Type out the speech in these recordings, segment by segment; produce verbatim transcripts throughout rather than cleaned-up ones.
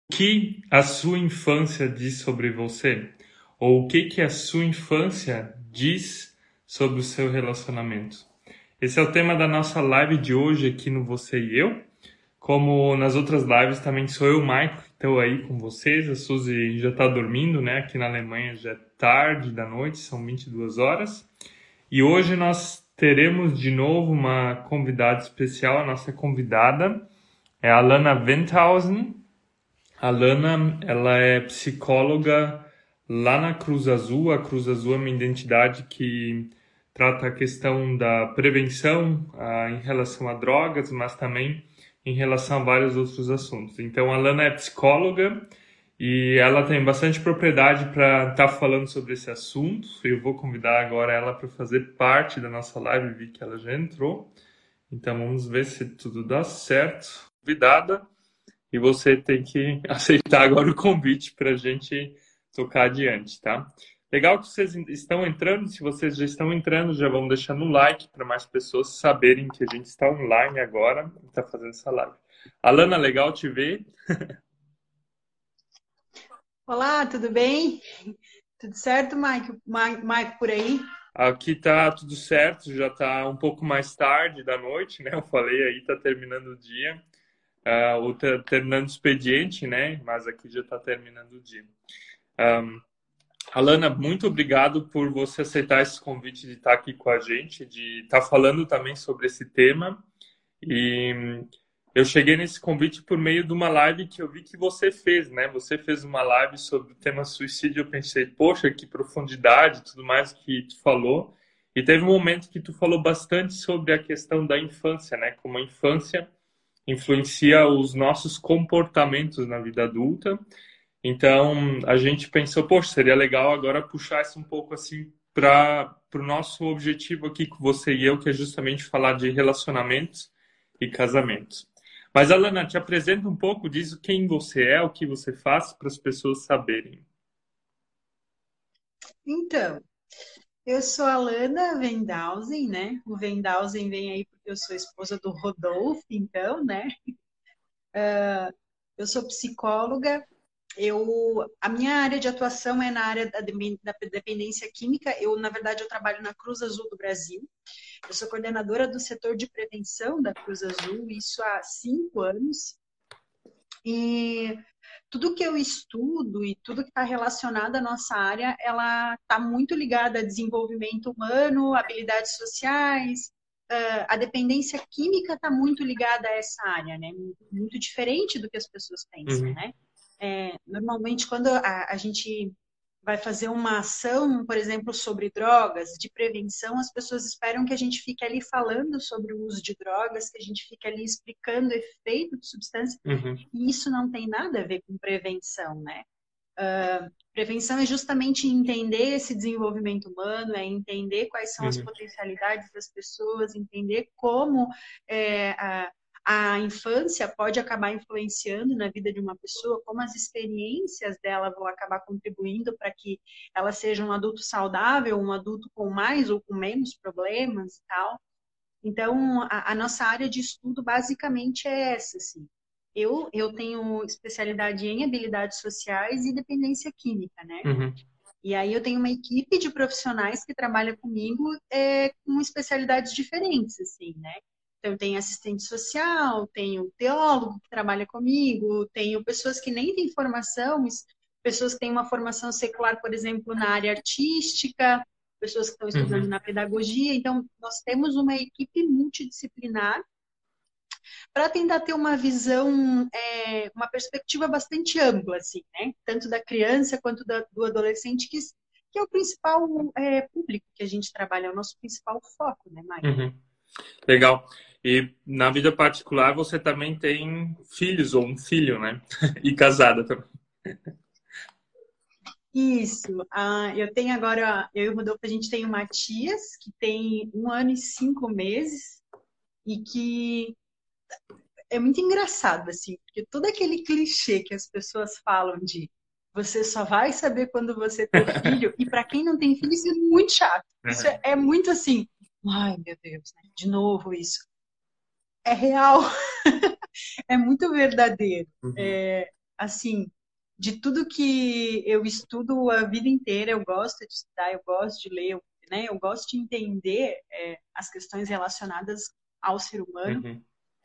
Que a sua infância diz sobre você? Ou o que que a sua infância diz sobre o seu relacionamento? Esse é o tema da nossa live de hoje aqui no Você e Eu. Como nas outras lives, também sou eu, Maico, que estou aí com vocês. A Suzy já está dormindo, né? Aqui na Alemanha já é tarde da noite, são vinte e duas horas. E hoje nós teremos de novo uma convidada especial. A nossa convidada é a Lana Wendhausen. A Lana, ela é psicóloga lá na Cruz Azul. A Cruz Azul é uma entidade que trata a questão da prevenção ah, em relação a drogas, mas também em relação a vários outros assuntos. Então, a Lana é psicóloga e ela tem bastante propriedade para estar falando sobre esse assunto. Eu vou convidar agora ela para fazer parte da nossa live, vi que ela já entrou. Então, vamos ver se tudo dá certo. Convidada. E você tem que aceitar agora o convite para a gente tocar adiante, tá? Legal que vocês estão entrando. Se vocês já estão entrando, já vão deixando um like para mais pessoas saberem que a gente está online agora e está fazendo essa live. Alana, legal te ver. Olá, tudo bem? Tudo certo, Mike? Mike, Mike por aí? Aqui tá tudo certo, já tá um pouco mais tarde da noite, né? Eu falei aí, tá terminando o dia, uh, ou tá terminando o expediente, né? Mas aqui já tá terminando o dia. Um, Alana, muito obrigado por você aceitar esse convite de estar aqui com a gente, de estar falando também sobre esse tema. E hum, eu cheguei nesse convite por meio de uma live que eu vi que você fez, né? Você fez uma live sobre o tema suicídio. Eu pensei, poxa, que profundidade, tudo mais que tu falou. E teve um momento que tu falou bastante sobre a questão da infância, né? Como a infância influencia os nossos comportamentos na vida adulta. Então, a gente pensou, poxa, seria legal agora puxar isso um pouco assim para o nosso objetivo aqui com você e eu, que é justamente falar de relacionamentos e casamentos. Mas, Alana, te apresenta um pouco, diz quem você é, o que você faz, para as pessoas saberem. Então, eu sou a Lana Wendhausen, né? O Wendhausen vem aí porque eu sou esposa do Rodolfo, então, né? Eu sou psicóloga. Eu, a minha área de atuação é na área da, da dependência química. Eu, na verdade, eu trabalho na Cruz Azul do Brasil. Eu sou coordenadora do setor de prevenção da Cruz Azul, isso há cinco anos. E tudo que eu estudo e tudo que está relacionado à nossa área, ela está muito ligada a desenvolvimento humano, habilidades sociais, uh, a dependência química está muito ligada a essa área, né? Muito diferente do que as pessoas pensam, Uhum, né? É, normalmente, quando a, a gente vai fazer uma ação, por exemplo, sobre drogas, de prevenção, as pessoas esperam que a gente fique ali falando sobre o uso de drogas, que a gente fique ali explicando o efeito de substância, uhum, e isso não tem nada a ver com prevenção, né? Uh, prevenção é justamente entender esse desenvolvimento humano, é entender quais são as uhum, potencialidades das pessoas, entender como é, a, a infância pode acabar influenciando na vida de uma pessoa, como as experiências dela vão acabar contribuindo para que ela seja um adulto saudável, um adulto com mais ou com menos problemas e tal. Então, a, a nossa área de estudo basicamente é essa, assim. Eu, eu tenho especialidade em habilidades sociais e dependência química, né? uhum, E aí eu tenho uma equipe de profissionais que trabalha comigo é, com especialidades diferentes, assim, né? Então, eu tenho assistente social, tenho teólogo que trabalha comigo, tenho pessoas que nem têm formação, pessoas que têm uma formação secular, por exemplo, na área artística, pessoas que estão estudando uhum. na pedagogia. Então, nós temos uma equipe multidisciplinar para tentar ter uma visão, é, uma perspectiva bastante ampla, assim, né? Tanto da criança quanto da, do adolescente, que, que é o principal é, público que a gente trabalha, é o nosso principal foco, né, Mike? Uhum. Legal. E na vida particular você também tem filhos ou um filho, né? E casada também. Isso. Ah, eu tenho agora, eu e o Rodolfo, a gente tem o Matias, que tem um ano e cinco meses, e que é muito engraçado, assim, porque todo aquele clichê que as pessoas falam de você só vai saber quando você ter filho, e para quem não tem filho, isso é muito chato. Isso é, Uhum, é muito assim, ai meu Deus, né? De novo isso. É real, é muito verdadeiro. uhum, É, assim, de tudo que eu estudo a vida inteira, eu gosto de estudar, eu gosto de ler, eu, né? Eu gosto de entender é, as questões relacionadas ao ser humano, Uhum.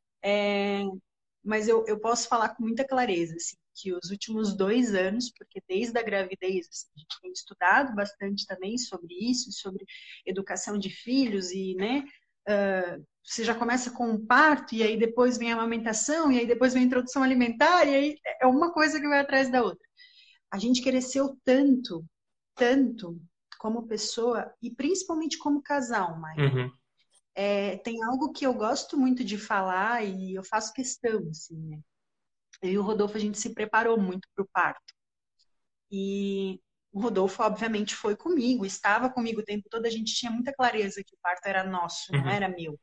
mas eu, eu posso falar com muita clareza, assim, que os últimos dois anos, porque desde a gravidez, assim, a gente tem estudado bastante também sobre isso, sobre educação de filhos e, né, uh, você já começa com o parto, e aí depois vem a amamentação, e aí depois vem a introdução alimentar, e aí é uma coisa que vai atrás da outra. A gente cresceu tanto, tanto como pessoa e principalmente como casal, Maicon. Uhum. É, tem algo que eu gosto muito de falar e eu faço questão, assim, né? Eu e o Rodolfo, a gente se preparou muito para o parto. E o Rodolfo, obviamente, foi comigo, estava comigo o tempo todo, a gente tinha muita clareza que o parto era nosso, não Uhum. era meu.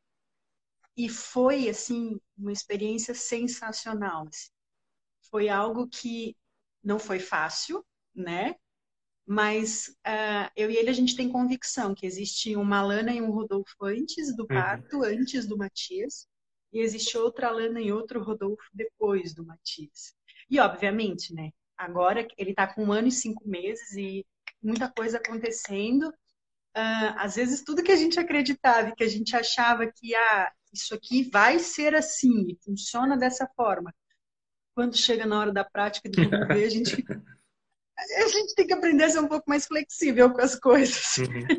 E foi, assim, uma experiência sensacional. Assim. Foi algo que não foi fácil, né? Mas uh, eu e ele, a gente tem convicção que existe uma Alana e um Rodolfo antes do Uhum. parto, antes do Matias, e existe outra Alana e outro Rodolfo depois do Matias. E, obviamente, né, agora ele está com um ano e cinco meses e muita coisa acontecendo. Uh, às vezes, tudo que a gente acreditava e que a gente achava que ah, isso aqui vai ser assim, e funciona dessa forma, quando chega na hora da prática de vamos ver, a gente a gente tem que aprender a ser um pouco mais flexível com as coisas. Uhum.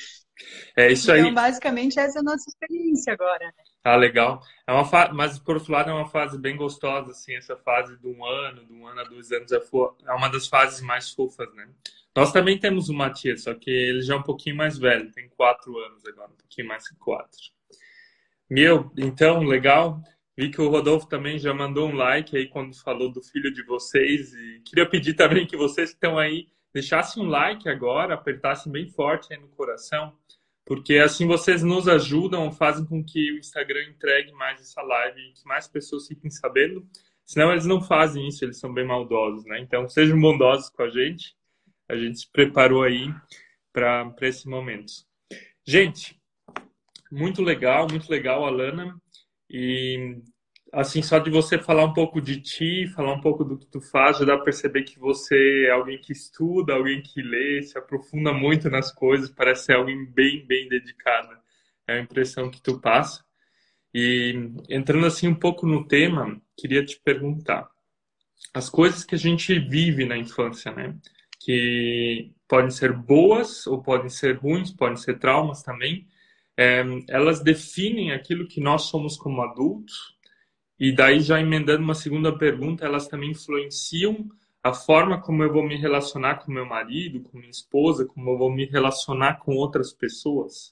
É isso Então, aí. basicamente, essa é a nossa experiência agora. Né? Ah, legal. É uma fa... Mas, por outro lado, é uma fase bem gostosa, assim, essa fase de um ano, de um ano a dois anos, é, fo... é uma das fases mais fofas, né? Nós também temos o Matias, só que ele já é um pouquinho mais velho, tem quatro anos agora, um pouquinho mais que quatro. Meu, então, legal. Vi que o Rodolfo também já mandou um like aí quando falou do filho de vocês. E queria pedir também que vocês que estão aí deixassem um like agora, apertassem bem forte aí no coração, porque assim vocês nos ajudam, fazem com que o Instagram entregue mais essa live e que mais pessoas fiquem sabendo. Senão eles não fazem isso, eles são bem maldosos, né? Então sejam bondosos com a gente. A gente se preparou aí para esse momento. Gente, muito legal, muito legal, Alana. E assim, só de você falar um pouco de ti, falar um pouco do que tu faz, já dá para perceber que você é alguém que estuda, alguém que lê, se aprofunda muito nas coisas, parece ser alguém bem, bem dedicado. É a impressão que tu passa. E entrando assim um pouco no tema, queria te perguntar: as coisas que a gente vive na infância, né? Que podem ser boas ou podem ser ruins, podem ser traumas também. É, elas definem aquilo que nós somos como adultos. E daí, já emendando uma segunda pergunta, elas também influenciam a forma como eu vou me relacionar com meu marido, com minha esposa, como eu vou me relacionar com outras pessoas.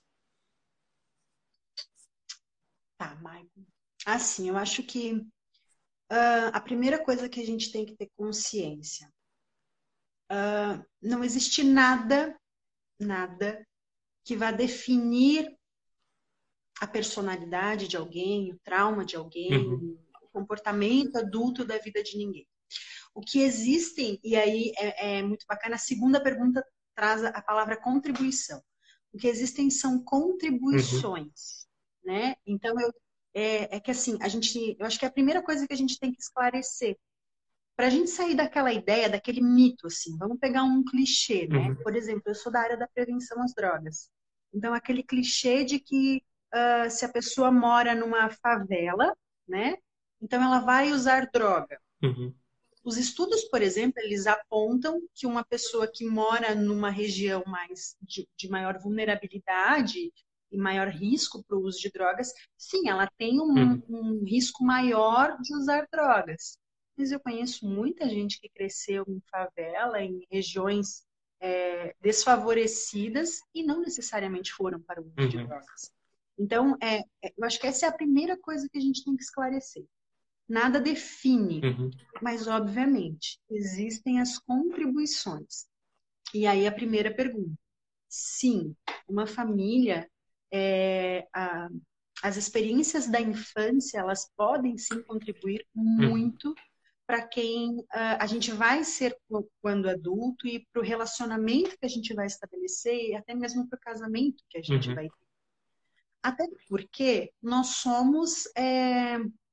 Tá, Maicon. Assim, eu acho que uh, a primeira coisa que a gente tem que ter consciência, uh, não existe nada, nada que vá definir a personalidade de alguém, o trauma de alguém, Uhum, o comportamento adulto da vida de ninguém. O que existem, e aí é, é muito bacana, a segunda pergunta traz a palavra contribuição. O que existem são uhum, contribuições, né? Então, eu, é, é que assim, a gente, eu acho que é a primeira coisa que a gente tem que esclarecer, para a gente sair daquela ideia, daquele mito, assim, vamos pegar um clichê, né? uhum, Por exemplo, eu sou da área da prevenção às drogas. Então, aquele clichê de que uh, se a pessoa mora numa favela, né? Então, ela vai usar droga. uhum, Os estudos, por exemplo, eles apontam que uma pessoa que mora numa região mais de, de maior vulnerabilidade e maior risco para o uso de drogas, sim, ela tem um, uhum, um risco maior de usar drogas. Mas eu conheço muita gente que cresceu em favela, em regiões é, desfavorecidas e não necessariamente foram para o uso de uhum, drogas. Então, é, é, eu acho que essa é a primeira coisa que a gente tem que esclarecer. Nada define, uhum, mas obviamente existem as contribuições. E aí a primeira pergunta: sim, uma família, é, a, as experiências da infância, elas podem sim contribuir uhum, muito para quem uh, a gente vai ser quando adulto e para o relacionamento que a gente vai estabelecer e até mesmo para o casamento que a gente uhum, vai ter. Até porque nós somos é,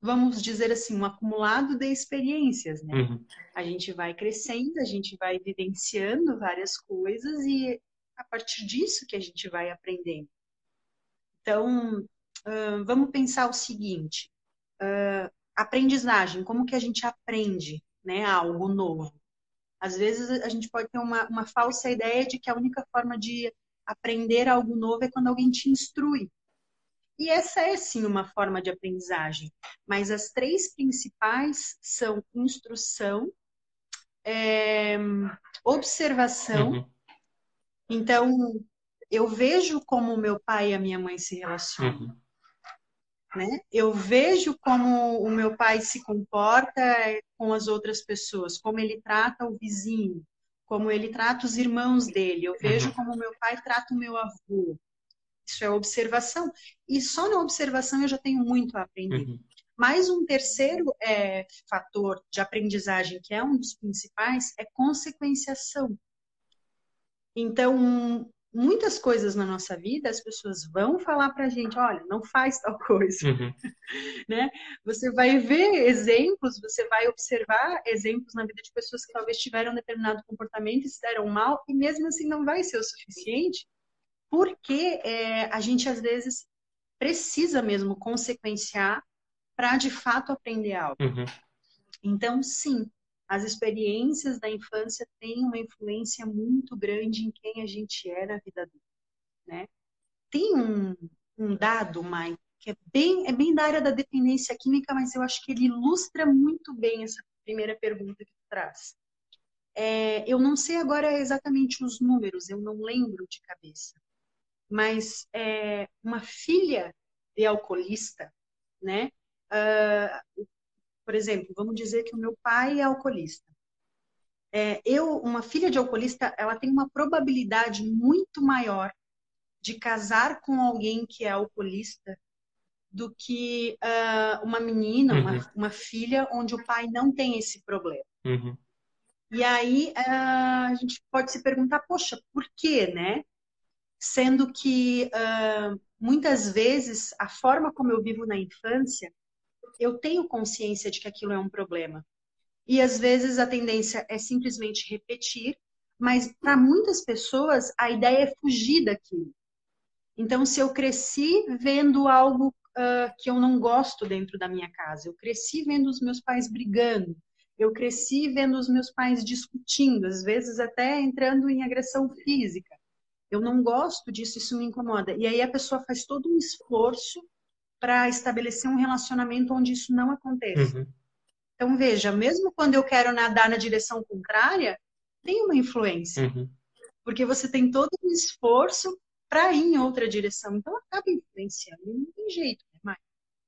vamos dizer assim, um acumulado de experiências, né? Uhum. A gente vai crescendo, a gente vai vivenciando várias coisas e a partir disso que a gente vai aprendendo. Então, uh, vamos pensar o seguinte, uh, aprendizagem, como que a gente aprende, né, algo novo? Às vezes a gente pode ter uma, uma falsa ideia de que a única forma de aprender algo novo é quando alguém te instrui. E essa é sim uma forma de aprendizagem, mas as três principais são instrução, é, observação. Uhum. Então, eu vejo como o meu pai e a minha mãe se relacionam. Uhum. Né? Eu vejo como o meu pai se comporta com as outras pessoas, como ele trata o vizinho, como ele trata os irmãos dele. Eu vejo Uhum. como o meu pai trata o meu avô. Isso é observação. E só na observação eu já tenho muito a aprender. Uhum. Mais um terceiro é, fator de aprendizagem, que é um dos principais, é consequenciação. Então, muitas coisas na nossa vida, as pessoas vão falar pra gente, olha, não faz tal coisa. Uhum. Né? Você vai ver exemplos, você vai observar exemplos na vida de pessoas que talvez tiveram um determinado comportamento e se deram mal, e mesmo assim não vai ser o suficiente, porque é, a gente às vezes precisa mesmo consequenciar para de fato aprender algo. Uhum. Então, sim, as experiências da infância têm uma influência muito grande em quem a gente é na vida adulta, né? Tem um, um dado, Mike, que é bem, é bem da área da dependência química, mas eu acho que ele ilustra muito bem essa primeira pergunta que tu traz. É, eu não sei agora exatamente os números, eu não lembro de cabeça, mas é, uma filha de alcoolista, né? Uh, por exemplo, vamos dizer que o meu pai é alcoolista. É, eu, uma filha de alcoolista, ela tem uma probabilidade muito maior de casar com alguém que é alcoolista do que uh, uma menina, uma, Uhum. uma filha onde o pai não tem esse problema. Uhum. E aí uh, a gente pode se perguntar, poxa, por quê, né? Sendo que uh, muitas vezes a forma como eu vivo na infância, eu tenho consciência de que aquilo é um problema. E às vezes a tendência é simplesmente repetir, mas para muitas pessoas a ideia é fugir daquilo. Então, se eu cresci vendo algo uh, que eu não gosto dentro da minha casa, eu cresci vendo os meus pais brigando, eu cresci vendo os meus pais discutindo, às vezes até entrando em agressão física. Eu não gosto disso, isso me incomoda. E aí a pessoa faz todo um esforço para estabelecer um relacionamento onde isso não aconteça. Uhum. Então, veja, mesmo quando eu quero nadar na direção contrária, tem uma influência. Uhum. Porque você tem todo um esforço para ir em outra direção. Então, acaba influenciando. Não tem jeito, né, Maia?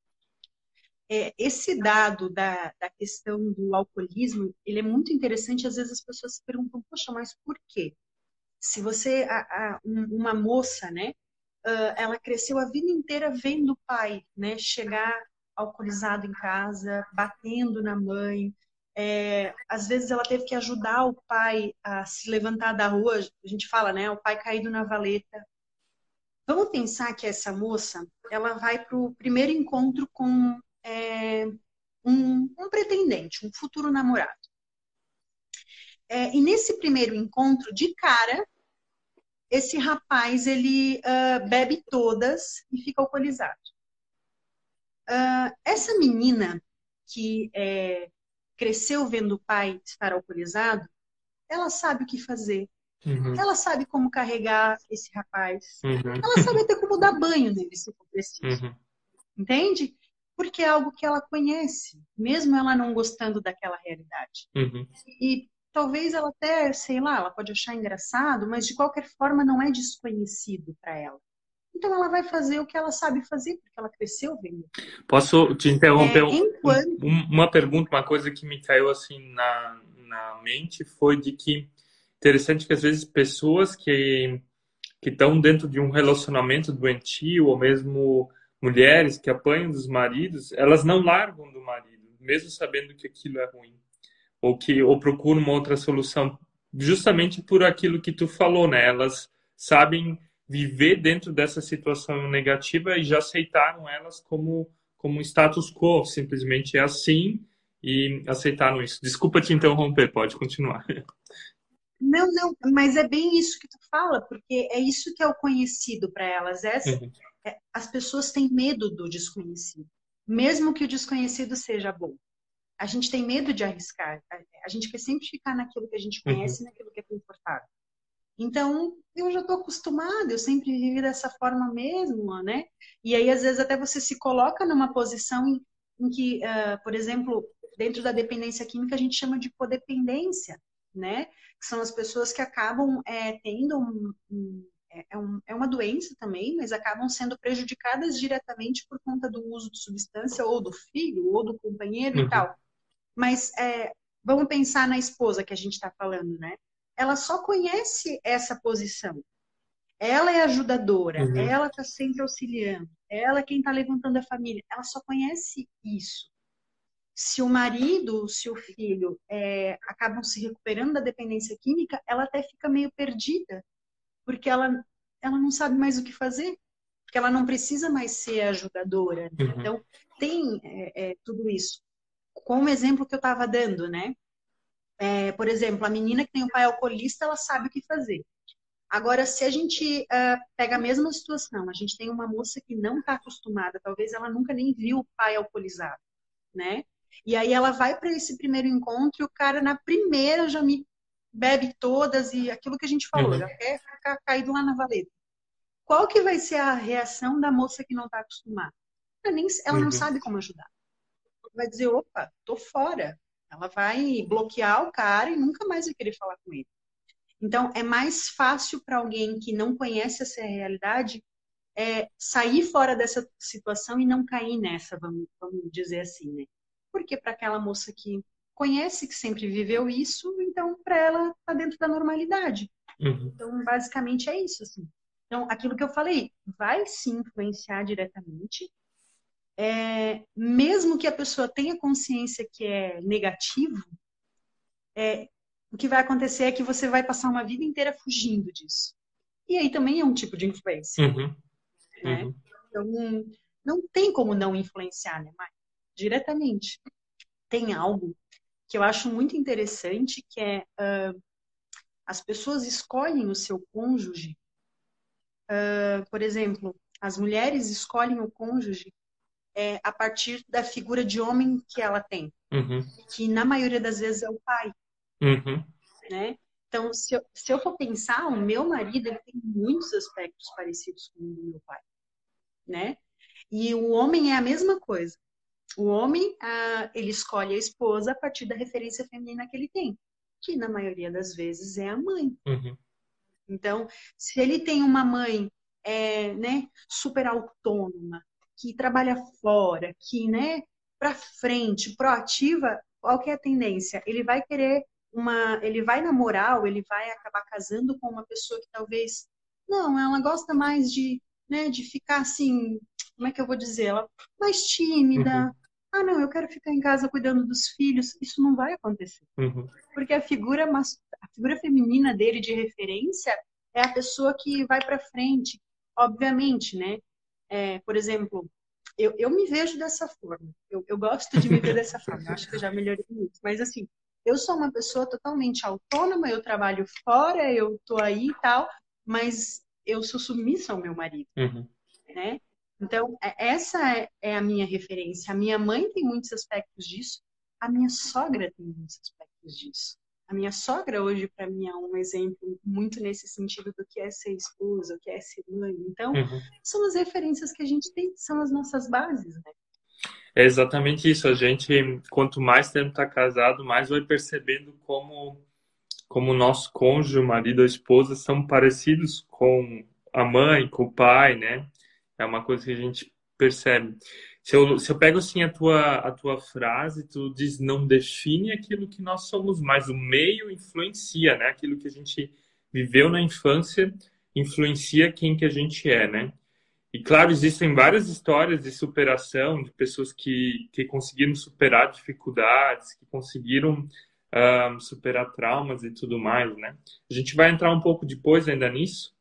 É, esse dado da, da questão do alcoolismo, ele é muito interessante. Às vezes as pessoas se perguntam, poxa, mas por quê? Se você, a, a, um, uma moça, né, uh, ela cresceu a vida inteira vendo o pai, né, chegar alcoolizado em casa, batendo na mãe. É, às vezes ela teve que ajudar o pai a se levantar da rua, a gente fala, né, o pai caído na valeta. Vamos pensar que essa moça, ela vai para o primeiro encontro com é, um, um pretendente, um futuro namorado. É, e nesse primeiro encontro, de cara, esse rapaz, ele uh, bebe todas e fica alcoolizado. Uh, essa menina que é, cresceu vendo o pai estar alcoolizado, ela sabe o que fazer. Uhum. Ela sabe como carregar esse rapaz. Uhum. Ela sabe até como dar banho nele, se for preciso. Uhum. Entende? Porque é algo que ela conhece, mesmo ela não gostando daquela realidade. Uhum. E talvez ela até, sei lá, ela pode achar engraçado, mas de qualquer forma não é desconhecido para ela. Então ela vai fazer o que ela sabe fazer, porque ela cresceu vendo. Posso te interromper? É, Um, enquanto... um, uma pergunta, uma coisa que me caiu assim na, na mente foi de que interessante que às vezes pessoas que que estão dentro de um relacionamento doentio ou mesmo mulheres que apanham dos maridos, elas não largam do marido, mesmo sabendo que aquilo é ruim, ou que ou procuram uma outra solução, justamente por aquilo que tu falou, né? Elas sabem viver dentro dessa situação negativa e já aceitaram elas como como um status quo, simplesmente é assim e aceitaram isso. Desculpa te interromper, pode continuar. Não, não, mas é bem isso que tu fala, porque é isso que é o conhecido para elas. Essa, Uhum, é, as pessoas têm medo do desconhecido, mesmo que o desconhecido seja bom. A gente tem medo de arriscar. A, a gente quer sempre ficar naquilo que a gente uhum, conhece, naquilo que é confortável. Então, eu já estou acostumada, eu sempre vivi dessa forma mesmo, né? E aí, às vezes, até você se coloca numa posição em, em que, uh, por exemplo, dentro da dependência química, a gente chama de codependência, né? Que são as pessoas que acabam é, tendo um, um, é, é um, é uma doença também, mas acabam sendo prejudicadas diretamente por conta do uso de substância, ou do filho, ou do companheiro e uhum, tal. Mas é, vamos pensar na esposa que a gente está falando, né? Ela só conhece essa posição. Ela é ajudadora, uhum, ela está sempre auxiliando, ela é quem está levantando a família. Ela só conhece isso. Se o marido, se o filho é, acabam se recuperando da dependência química, ela até fica meio perdida, porque ela, ela não sabe mais o que fazer, porque ela não precisa mais ser ajudadora. Né? uhum, Então, tem é, é, tudo isso. Como exemplo que eu estava dando, né? É, por exemplo, a menina que tem o pai alcoolista, ela sabe o que fazer. Agora, se a gente uh, pega a mesma situação, a gente tem uma moça que não está acostumada, talvez ela nunca nem viu o pai alcoolizado, né? E aí ela vai para esse primeiro encontro e o cara na primeira já me bebe todas e aquilo que a gente falou, uhum, já quer ficar caído lá na valeta. Qual que vai ser a reação da moça que não está acostumada? Ela, nem, ela não uhum, sabe como ajudar. Vai dizer, opa, tô fora. Ela vai bloquear o cara e nunca mais vai querer falar com ele. Então, é mais fácil para alguém que não conhece essa realidade é, sair fora dessa situação e não cair nessa, vamos, vamos dizer assim, né? Porque para aquela moça que conhece, que sempre viveu isso, então para ela está dentro da normalidade. uhum, Então, basicamente é isso, assim. Então, aquilo que eu falei, vai se influenciar diretamente, é, mesmo que a pessoa tenha consciência que é negativo, é, o que vai acontecer é que você vai passar uma vida inteira fugindo disso. E aí também é um tipo de influência, uhum, né? uhum. Então, não tem como não influenciar, né, Mai? Diretamente. Tem algo que eu acho muito interessante, que é uh, as pessoas escolhem o seu cônjuge, uh, por exemplo, as mulheres escolhem o cônjuge é, a partir da figura de homem que ela tem, Uhum, que na maioria das vezes é o pai, uhum, né? Então, se eu, se eu for pensar, o meu marido ele tem muitos aspectos parecidos com o do meu pai, né? E o homem é a mesma coisa. O homem, ah, ele escolhe a esposa a partir da referência feminina que ele tem, que na maioria das vezes é a mãe. uhum, Então, se ele tem uma mãe, é, né, super autônoma, que trabalha fora, que, né, para frente, proativa, qual que é a tendência? Ele vai querer uma, ele vai namorar ou ele vai acabar casando com uma pessoa que talvez, não, ela gosta mais de, né, de ficar assim, como é que eu vou dizer? Ela mais uhum, tímida. Ah, não, eu quero ficar em casa cuidando dos filhos. Isso não vai acontecer. uhum, Porque a figura, mas... a figura feminina dele de referência é a pessoa que vai para frente. Obviamente, né? É, por exemplo, eu, eu me vejo dessa forma. Eu, eu gosto de me ver dessa forma. Eu acho que eu já melhorei muito. Mas, assim, eu sou uma pessoa totalmente autônoma, eu trabalho fora, eu tô aí e tal, mas eu sou submissa ao meu marido, uhum. né? Então, é- essa é, é a minha referência. A minha mãe tem muitos aspectos disso, a minha sogra tem muitos aspectos disso. A minha sogra hoje, para mim, é um exemplo muito nesse sentido do que é ser esposa, o que é ser mãe. Então, Uhum. são as referências que a gente tem, são as nossas bases, né? É exatamente isso. A gente, quanto mais tempo está casado, mais vai percebendo como, como o nosso cônjuge, o marido, a esposa, são parecidos com a mãe, com o pai, né? É uma coisa que a gente percebe. Se eu, se eu pego assim a tua, a tua frase, tu diz não define aquilo que nós somos, mas o meio influencia, né? Aquilo que a gente viveu na infância influencia quem que a gente é, né? E claro, existem várias histórias de superação, de pessoas que, que conseguiram superar dificuldades, que conseguiram ah, superar traumas e tudo mais, né? A gente vai entrar um pouco depois ainda nisso,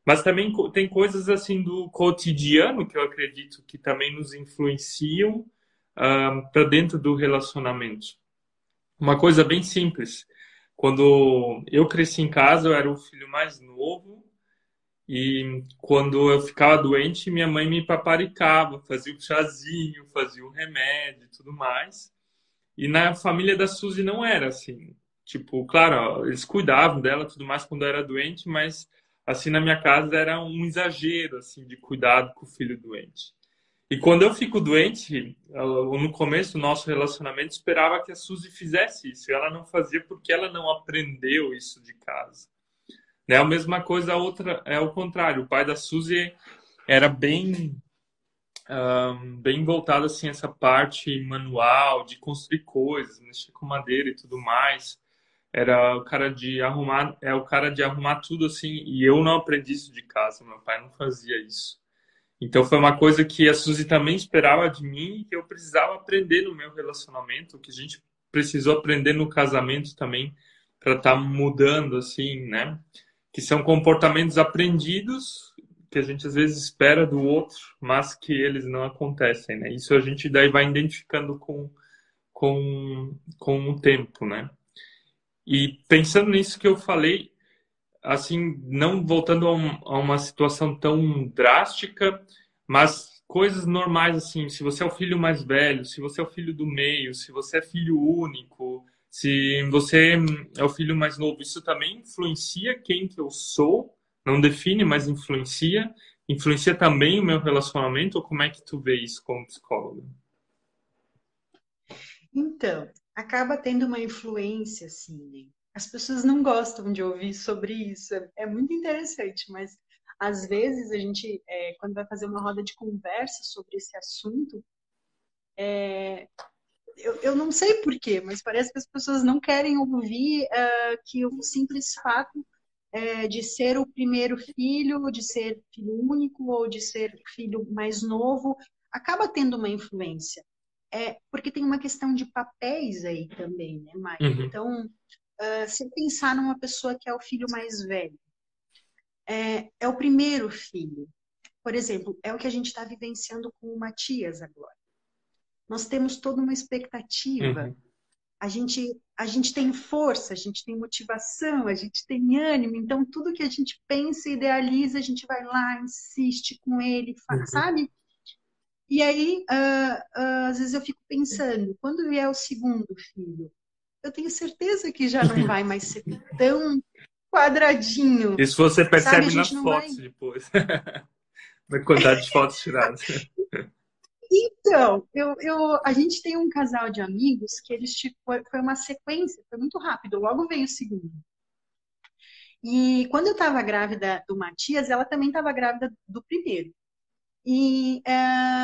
Mas também co- tem coisas assim do cotidiano que eu acredito que também nos influenciam para dentro do relacionamento. Uma coisa bem simples. Quando eu cresci em casa, eu era o filho mais novo e quando eu ficava doente, minha mãe me paparicava, fazia um chazinho, fazia um remédio e tudo mais. E na família da Suzy não era assim. Tipo, claro, ó, eles cuidavam dela e tudo mais quando eu era doente, mas assim na minha casa era um exagero assim de cuidado com o filho doente. E quando eu fico doente, eu, no começo do nosso relacionamento, esperava que a Suzy fizesse isso. E ela não fazia porque ela não aprendeu isso de casa. Né? A mesma coisa, a outra é o contrário. O pai da Suzy era bem, um, bem voltado assim, a essa parte manual, de construir coisas, mexer com madeira e tudo mais. Era o cara de arrumar, é o cara de arrumar tudo assim. E eu não aprendi isso de casa. Meu pai não fazia isso. Então foi uma coisa que a Suzy também esperava de mim e que eu precisava aprender no meu relacionamento, que a gente precisou aprender no casamento também para estar mudando assim, né? Que são comportamentos aprendidos que a gente às vezes espera do outro, mas que eles não acontecem, né? Isso a gente daí vai identificando com com com o tempo, né? E pensando nisso que eu falei, assim, não voltando a, um, a uma situação tão drástica, mas coisas normais, assim, se você é o filho mais velho, se você é o filho do meio, se você é filho único, se você é o filho mais novo, isso também influencia quem que eu sou, não define, mas influencia. Influencia também o meu relacionamento, ou como é que tu vê isso como psicóloga? Então, acaba tendo uma influência, assim, né? As pessoas não gostam de ouvir sobre isso. É, é muito interessante, mas às vezes a gente, é, quando vai fazer uma roda de conversa sobre esse assunto, eu, eu não sei por quê, mas parece que as pessoas não querem ouvir ah, que o simples fato é, de ser o primeiro filho, de ser filho único ou de ser filho mais novo, acaba tendo uma influência. É, porque tem uma questão de papéis aí também, né, Maia? Uhum, Então, uh, se eu pensar numa pessoa que é o filho mais velho, é, é o primeiro filho. Por exemplo, é o que a gente está vivenciando com o Matias agora. Nós temos toda uma expectativa. uhum, A gente, a gente tem força, a gente tem motivação, a gente tem ânimo. Então, tudo que a gente pensa e idealiza, a gente vai lá, insiste com ele, uhum. sabe? E aí, uh, uh, às vezes eu fico pensando, quando vier o segundo filho, eu tenho certeza que já não vai mais ser tão quadradinho, Isso você sabe? A percebe gente nas não vai. fotos depois, na quantidade de fotos tiradas. Então, eu, eu, a gente tem um casal de amigos que eles tipo, foi uma sequência, foi muito rápido, logo veio o segundo. E quando eu estava grávida do Matias, ela também estava grávida do primeiro. E é,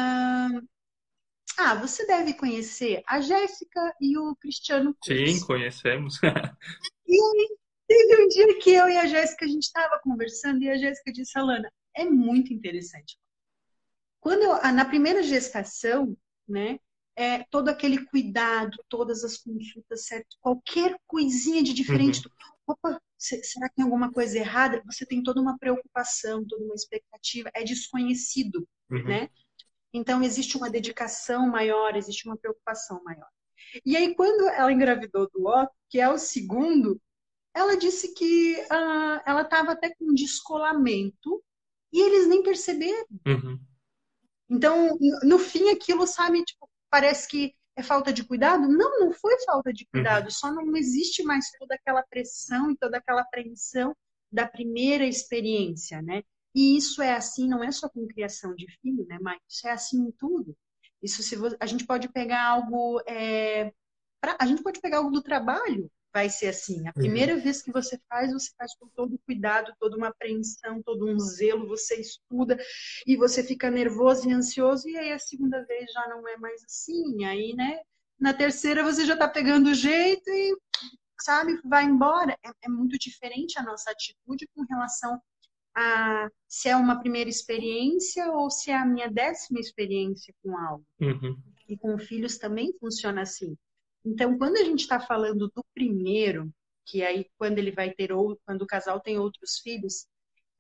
ah, você deve conhecer a Jéssica e o Cristiano Sim, Curso. conhecemos. E aí, teve um dia que eu e a Jéssica, a gente estava conversando e a Jéssica disse, Alana, é muito interessante. Quando eu, na primeira gestação, né, é, todo aquele cuidado, todas as consultas, certo? Qualquer coisinha de diferente, Uhum, do, opa, será que tem alguma coisa errada? Você tem toda uma preocupação, toda uma expectativa, é desconhecido, uhum, né? Então existe uma dedicação maior, existe uma preocupação maior. E aí quando ela engravidou do Otto, que é o segundo, ela disse que ah, ela estava até com descolamento e eles nem perceberam. uhum, Então, no fim, aquilo, sabe, tipo, parece que é falta de cuidado. Não, não foi falta de uhum, cuidado, só não existe mais toda aquela pressão e toda aquela apreensão da primeira experiência, né? E isso é assim, não é só com criação de filho, né, mas isso é assim em tudo. Isso se vo- a gente pode pegar algo é, pra- a gente pode pegar algo do trabalho, vai ser assim. A uhum, primeira vez que você faz, você faz com todo cuidado, toda uma apreensão, todo um zelo, você estuda e você fica nervoso e ansioso, e aí a segunda vez já não é mais assim. Aí, né? Na terceira você já tá pegando o jeito e, sabe, vai embora. É, é muito diferente a nossa atitude com relação a se é uma primeira experiência ou se é a minha décima experiência com algo. uhum, E com filhos também funciona assim. Então, quando a gente está falando do primeiro, que aí quando ele vai ter ou quando o casal tem outros filhos,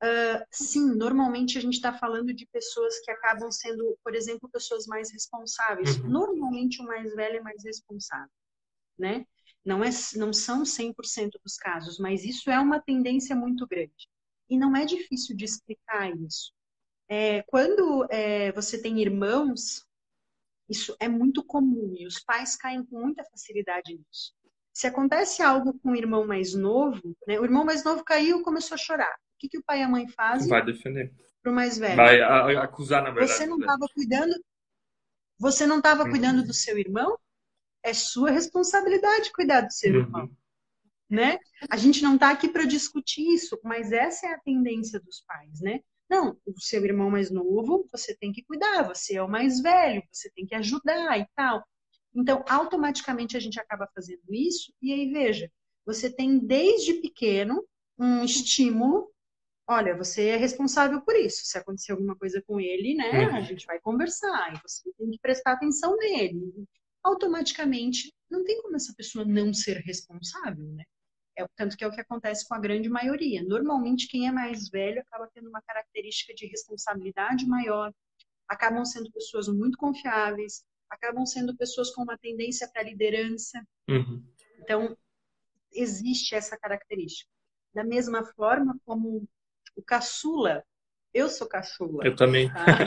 Sim, normalmente a gente está falando de pessoas que acabam sendo, por exemplo, pessoas mais responsáveis. Uhum. Normalmente o mais velho é mais responsável, né? Não, é, não são cem por cento dos casos, mas isso é uma tendência muito grande. E não é difícil de explicar isso. É, quando é, você tem irmãos, isso é muito comum e os pais caem com muita facilidade nisso. Se acontece algo com o irmão mais novo, né, o irmão mais novo caiu e começou a chorar. O que, que o pai e a mãe fazem Vai defender. para o mais velho? Vai a- a- acusar, na Você verdade, não o velho. estava cuidando, você não estava cuidando do Uhum. seu irmão? É sua responsabilidade cuidar do seu irmão, Uhum. né? A gente não está aqui para discutir isso, mas essa é a tendência dos pais, né? Não, o seu irmão mais novo, você tem que cuidar, você é o mais velho, você tem que ajudar e tal. Então, automaticamente a gente acaba fazendo isso, e aí veja, você tem desde pequeno um estímulo. Olha, você é responsável por isso. Se acontecer alguma coisa com ele, né, a Uhum. gente vai conversar e você tem que prestar atenção nele. Automaticamente, não tem como essa pessoa não ser responsável, né? É, tanto que é o que acontece com a grande maioria. Normalmente, quem é mais velho acaba tendo uma característica de responsabilidade maior, acabam sendo pessoas muito confiáveis, acabam sendo pessoas com uma tendência para liderança. Uhum. Então, existe essa característica. Da mesma forma como o caçula, eu sou caçula, Eu também. tá?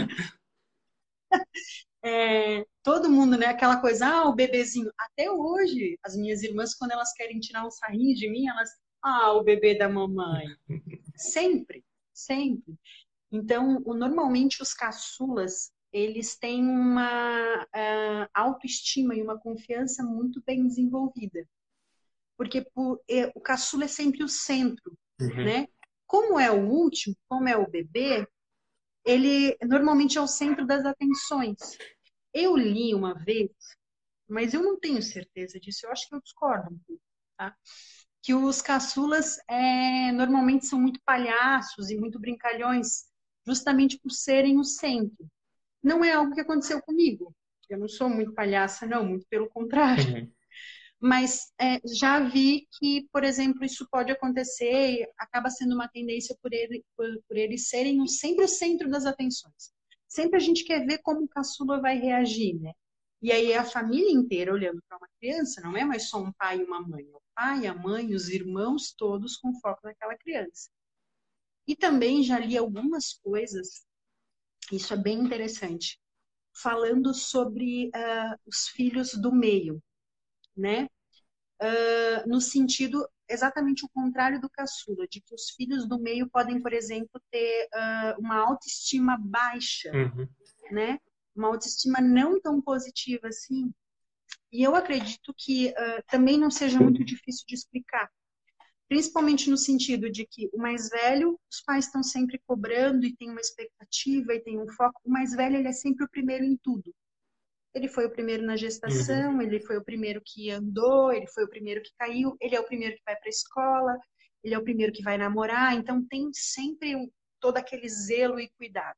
É, todo mundo, né? Aquela coisa, ah, o bebezinho. Até hoje, as minhas irmãs, quando elas querem tirar um sarrinho de mim, elas, ah, o bebê da mamãe. Sempre, sempre. Então, o- normalmente os caçulas, eles têm uma ah, autoestima e uma confiança muito bem desenvolvida. Porque por- é, o caçula é sempre o centro, Uhum. né? Como é o último, como é o bebê, ele normalmente é o centro das atenções. Eu li uma vez, mas eu não tenho certeza disso, eu acho que eu discordo um pouco, tá? Que os caçulas é, normalmente são muito palhaços e muito brincalhões, justamente por serem o centro. Não é algo que aconteceu comigo. Eu não sou muito palhaça, não, muito pelo contrário. Uhum. Mas é, já vi que, por exemplo, isso pode acontecer e acaba sendo uma tendência por, ele, por, por eles serem o- sempre o centro das atenções. Sempre a gente quer ver como o caçula vai reagir, né? E aí é a família inteira olhando para uma criança, não é mais só um pai e uma mãe, é o pai, a mãe, os irmãos, todos com foco naquela criança. E também já li algumas coisas, isso é bem interessante, falando sobre ah, os filhos do meio, né? No sentido exatamente o contrário do caçula, de que os filhos do meio podem, por exemplo, ter uh, uma autoestima baixa, Uhum. né? Uma autoestima não tão positiva assim. E eu acredito que uh, também não seja muito difícil de explicar, principalmente no sentido de que o mais velho, os pais estão sempre cobrando e tem uma expectativa e tem um foco. O mais velho, ele é sempre o primeiro em tudo. Ele foi o primeiro na Uhum. gestação, ele foi o primeiro que andou, ele foi o primeiro que caiu, ele é o primeiro que vai para a escola, ele é o primeiro que vai namorar, então tem sempre um, todo aquele zelo e cuidado.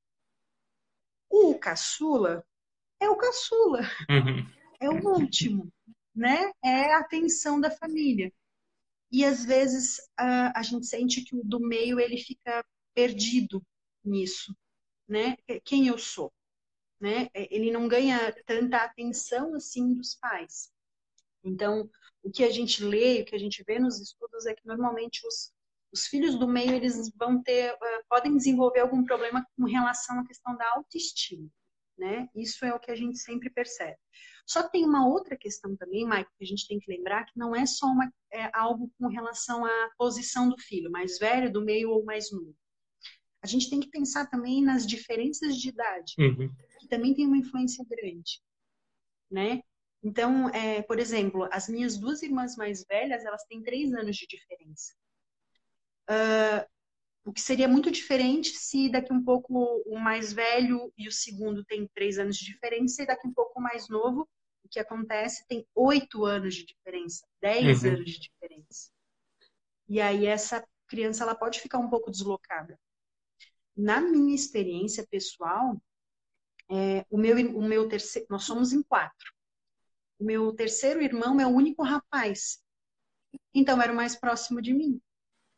O caçula é o caçula, Uhum. é o último, né? É a atenção da família. E às vezes a, a gente sente que o do meio ele fica perdido nisso, né? Quem eu sou, né? Ele não ganha tanta atenção assim dos pais. Então, o que a gente lê, o que a gente vê nos estudos é que normalmente os, os filhos do meio eles vão ter, uh, podem desenvolver algum problema com relação à questão da autoestima, né? Isso é o que a gente sempre percebe. Só que tem uma outra questão também, Mike, que a gente tem que lembrar que não é só uma, é algo com relação à posição do filho, mais velho, do meio ou mais novo. A gente tem que pensar também nas diferenças de idade, Uhum. que também tem uma influência grande, né? Então, é, por exemplo, as minhas duas irmãs mais velhas, elas têm três anos de diferença. O que seria muito diferente se daqui um pouco o mais velho e o segundo tem três anos de diferença e daqui um pouco o mais novo, o que acontece, tem oito anos de diferença, dez Uhum. anos de diferença. E aí essa criança ela pode ficar um pouco deslocada. Na minha experiência pessoal, é, o meu, o meu terceiro, nós somos em quatro. O meu terceiro irmão é o único rapaz. Então, era o mais próximo de mim.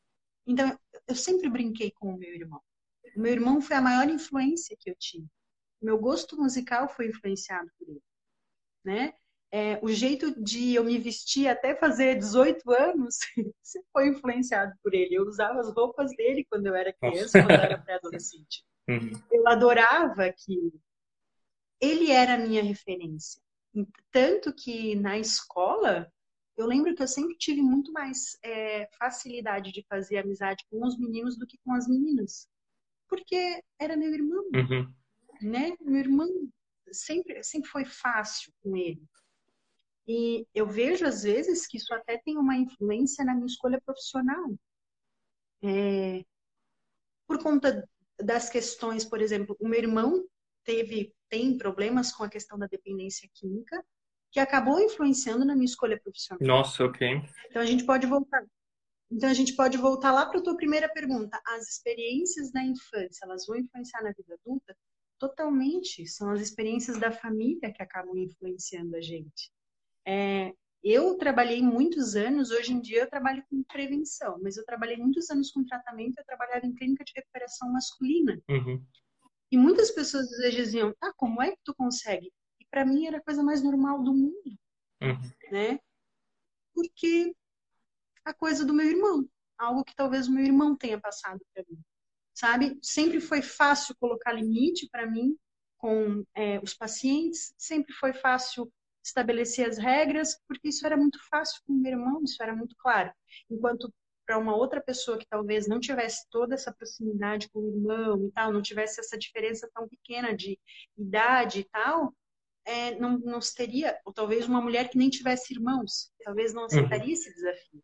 Então, eu sempre brinquei com o meu irmão. O meu irmão foi a maior influência que eu tive. O meu gosto musical foi influenciado por ele, né? É, o jeito de eu me vestir até fazer dezoito anos foi influenciado por ele. Eu usava as roupas dele quando eu era criança, quando eu era Nossa. pré-adolescente. Uhum. Eu adorava aquilo. Ele era a minha referência. Tanto que na escola, eu lembro que eu sempre tive muito mais é, facilidade de fazer amizade com os meninos do que com as meninas. Porque era meu irmão, Uhum. né? Meu irmão sempre, sempre foi fácil com ele. E eu vejo, às vezes, que isso até tem uma influência na minha escolha profissional. É, por conta das questões, por exemplo, o meu irmão teve, tem problemas com a questão da dependência química, que acabou influenciando na minha escolha profissional. Nossa, ok. Então a gente pode voltar. Então a gente pode voltar lá para a tua primeira pergunta. As experiências da infância, elas vão influenciar na vida adulta? Totalmente. São as experiências da família que acabam influenciando a gente. É, eu trabalhei muitos anos, hoje em dia eu trabalho com prevenção, mas eu trabalhei muitos anos com tratamento, eu trabalhava em clínica de recuperação masculina. Uhum. E muitas pessoas às vezes diziam, ah, como é que tu consegue? E para mim era a coisa mais normal do mundo, Uhum. né? Porque a coisa do meu irmão, algo que talvez o meu irmão tenha passado para mim, sabe? Sempre foi fácil colocar limite para mim com é, os pacientes, sempre foi fácil estabelecer as regras, porque isso era muito fácil com o meu irmão, isso era muito claro. Enquanto para uma outra pessoa que talvez não tivesse toda essa proximidade com o irmão e tal, não tivesse essa diferença tão pequena de idade e tal, é, não, não teria, ou talvez uma mulher que nem tivesse irmãos, talvez não Uhum. aceitaria esse desafio.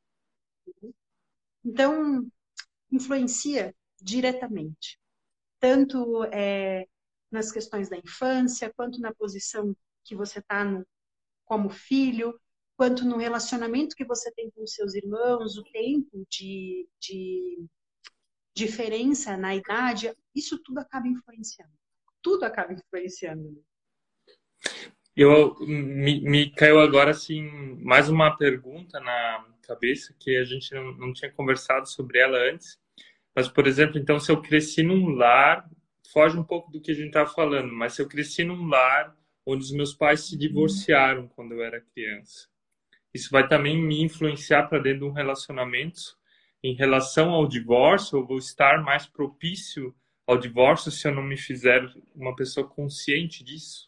Então, influencia diretamente, tanto é, nas questões da infância, quanto na posição que você está como filho, quanto no relacionamento que você tem com os seus irmãos, o tempo de, de diferença na idade, isso tudo acaba influenciando. Tudo acaba influenciando. Né? Eu me, me caiu agora assim mais uma pergunta na cabeça que a gente não, não tinha conversado sobre ela antes. Mas, por exemplo, então se eu cresci num lar, foge um pouco do que a gente estava falando, mas se eu cresci num lar onde os meus pais se divorciaram quando eu era criança, isso vai também me influenciar para dentro de um relacionamento em relação ao divórcio, eu vou estar mais propício ao divórcio se eu não me fizer uma pessoa consciente disso?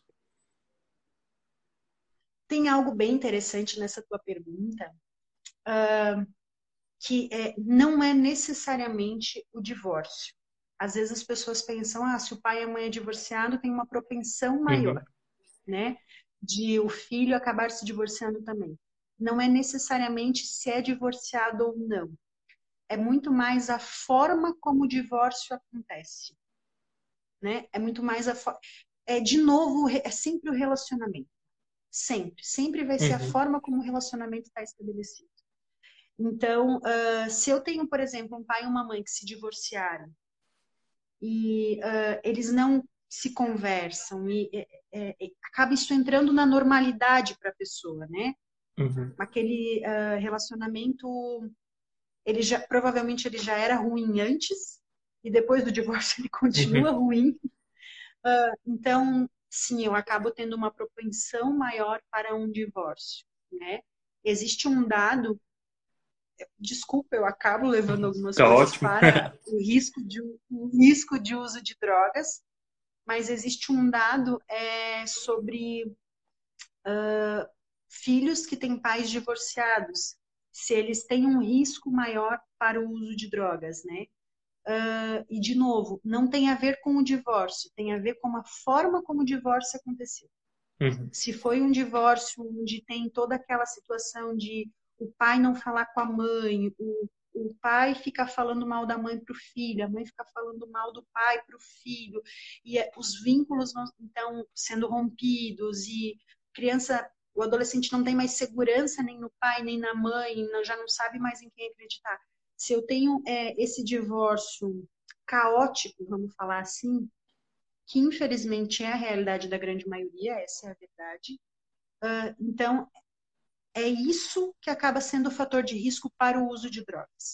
Tem algo bem interessante nessa tua pergunta, uh, que é, não é necessariamente o divórcio. Às vezes as pessoas pensam, ah, se o pai e a mãe é divorciado, tem uma propensão maior, Uhum. né, de o filho acabar se divorciando também. Não é necessariamente se é divorciado ou não. É muito mais a forma como o divórcio acontece, né? É muito mais a forma. É, de novo, é sempre o relacionamento. Sempre. Sempre vai ser a Uhum. forma como o relacionamento está estabelecido. Então, uh, se eu tenho, por exemplo, um pai e uma mãe que se divorciaram e uh, eles não se conversam e é, é, é, acaba isso entrando na normalidade para a pessoa, né? Uhum. Aquele uh, relacionamento, ele já provavelmente ele já era ruim antes e depois do divórcio ele continua Uhum. ruim. Uh, então, sim, eu acabo tendo uma propensão maior para um divórcio, né? Existe um dado, desculpa, eu acabo levando algumas Tá coisas ótimo. para o risco de, o risco de uso de drogas, mas existe um dado é, sobre uh, filhos que têm pais divorciados, se eles têm um risco maior para o uso de drogas, né? Uh, e, de novo, não tem a ver com o divórcio, tem a ver com a forma como o divórcio aconteceu. Uhum. Se foi um divórcio onde tem toda aquela situação de o pai não falar com a mãe, o, o pai fica falando mal da mãe para o filho, a mãe fica falando mal do pai para o filho, e é, os vínculos vão, então, sendo rompidos, e criança, o adolescente não tem mais segurança nem no pai, nem na mãe, não, já não sabe mais em quem acreditar. Se eu tenho é, esse divórcio caótico, vamos falar assim, que infelizmente é a realidade da grande maioria, essa é a verdade. Uh, então, é isso que acaba sendo o fator de risco para o uso de drogas.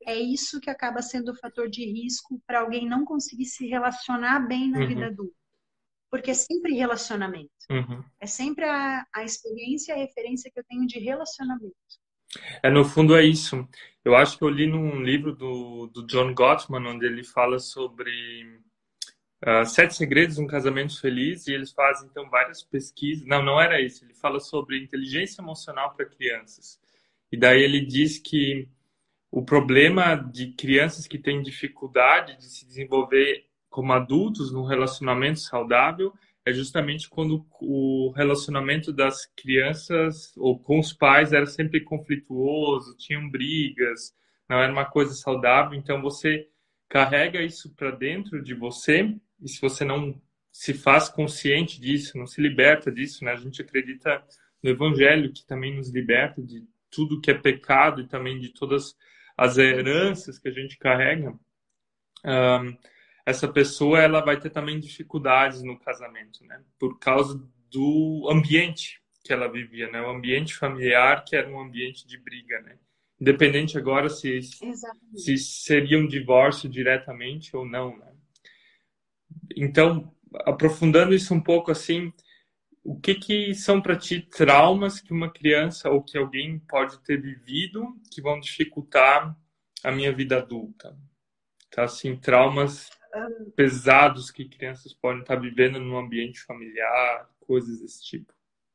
é isso que acaba sendo o fator de risco para alguém não conseguir se relacionar bem na vida Uhum, adulta. Porque é sempre relacionamento. uhum. É sempre a, a experiência e a referência que eu tenho de relacionamento. É, no fundo é isso. Eu acho que eu li num livro do, do John Gottman, onde ele fala sobre uh, sete segredos de um casamento feliz, e eles fazem, então, várias pesquisas. Não, não era isso. Ele fala sobre inteligência emocional para crianças. E daí ele diz que o problema de crianças que têm dificuldade de se desenvolver como adultos num relacionamento saudável é justamente quando o relacionamento das crianças ou com os pais era sempre conflituoso, tinham brigas, não era uma coisa saudável. Então você carrega isso para dentro de você, e se você não se faz consciente disso, não se liberta disso, né? A gente acredita no Evangelho, que também nos liberta de tudo que é pecado e também de todas as heranças que a gente carrega. Um, essa pessoa ela vai ter também dificuldades no casamento, né? Por causa do ambiente que ela vivia, né? O ambiente familiar, que era um ambiente de briga, né? Independente agora se, se Exatamente. seria um divórcio diretamente ou não, né? Então, aprofundando isso um pouco assim, o que que são para ti traumas que uma criança ou que alguém pode ter vivido que vão dificultar a minha vida adulta? Tá, assim, traumas pesados que crianças podem estar vivendo no ambiente familiar, coisas desse tipo.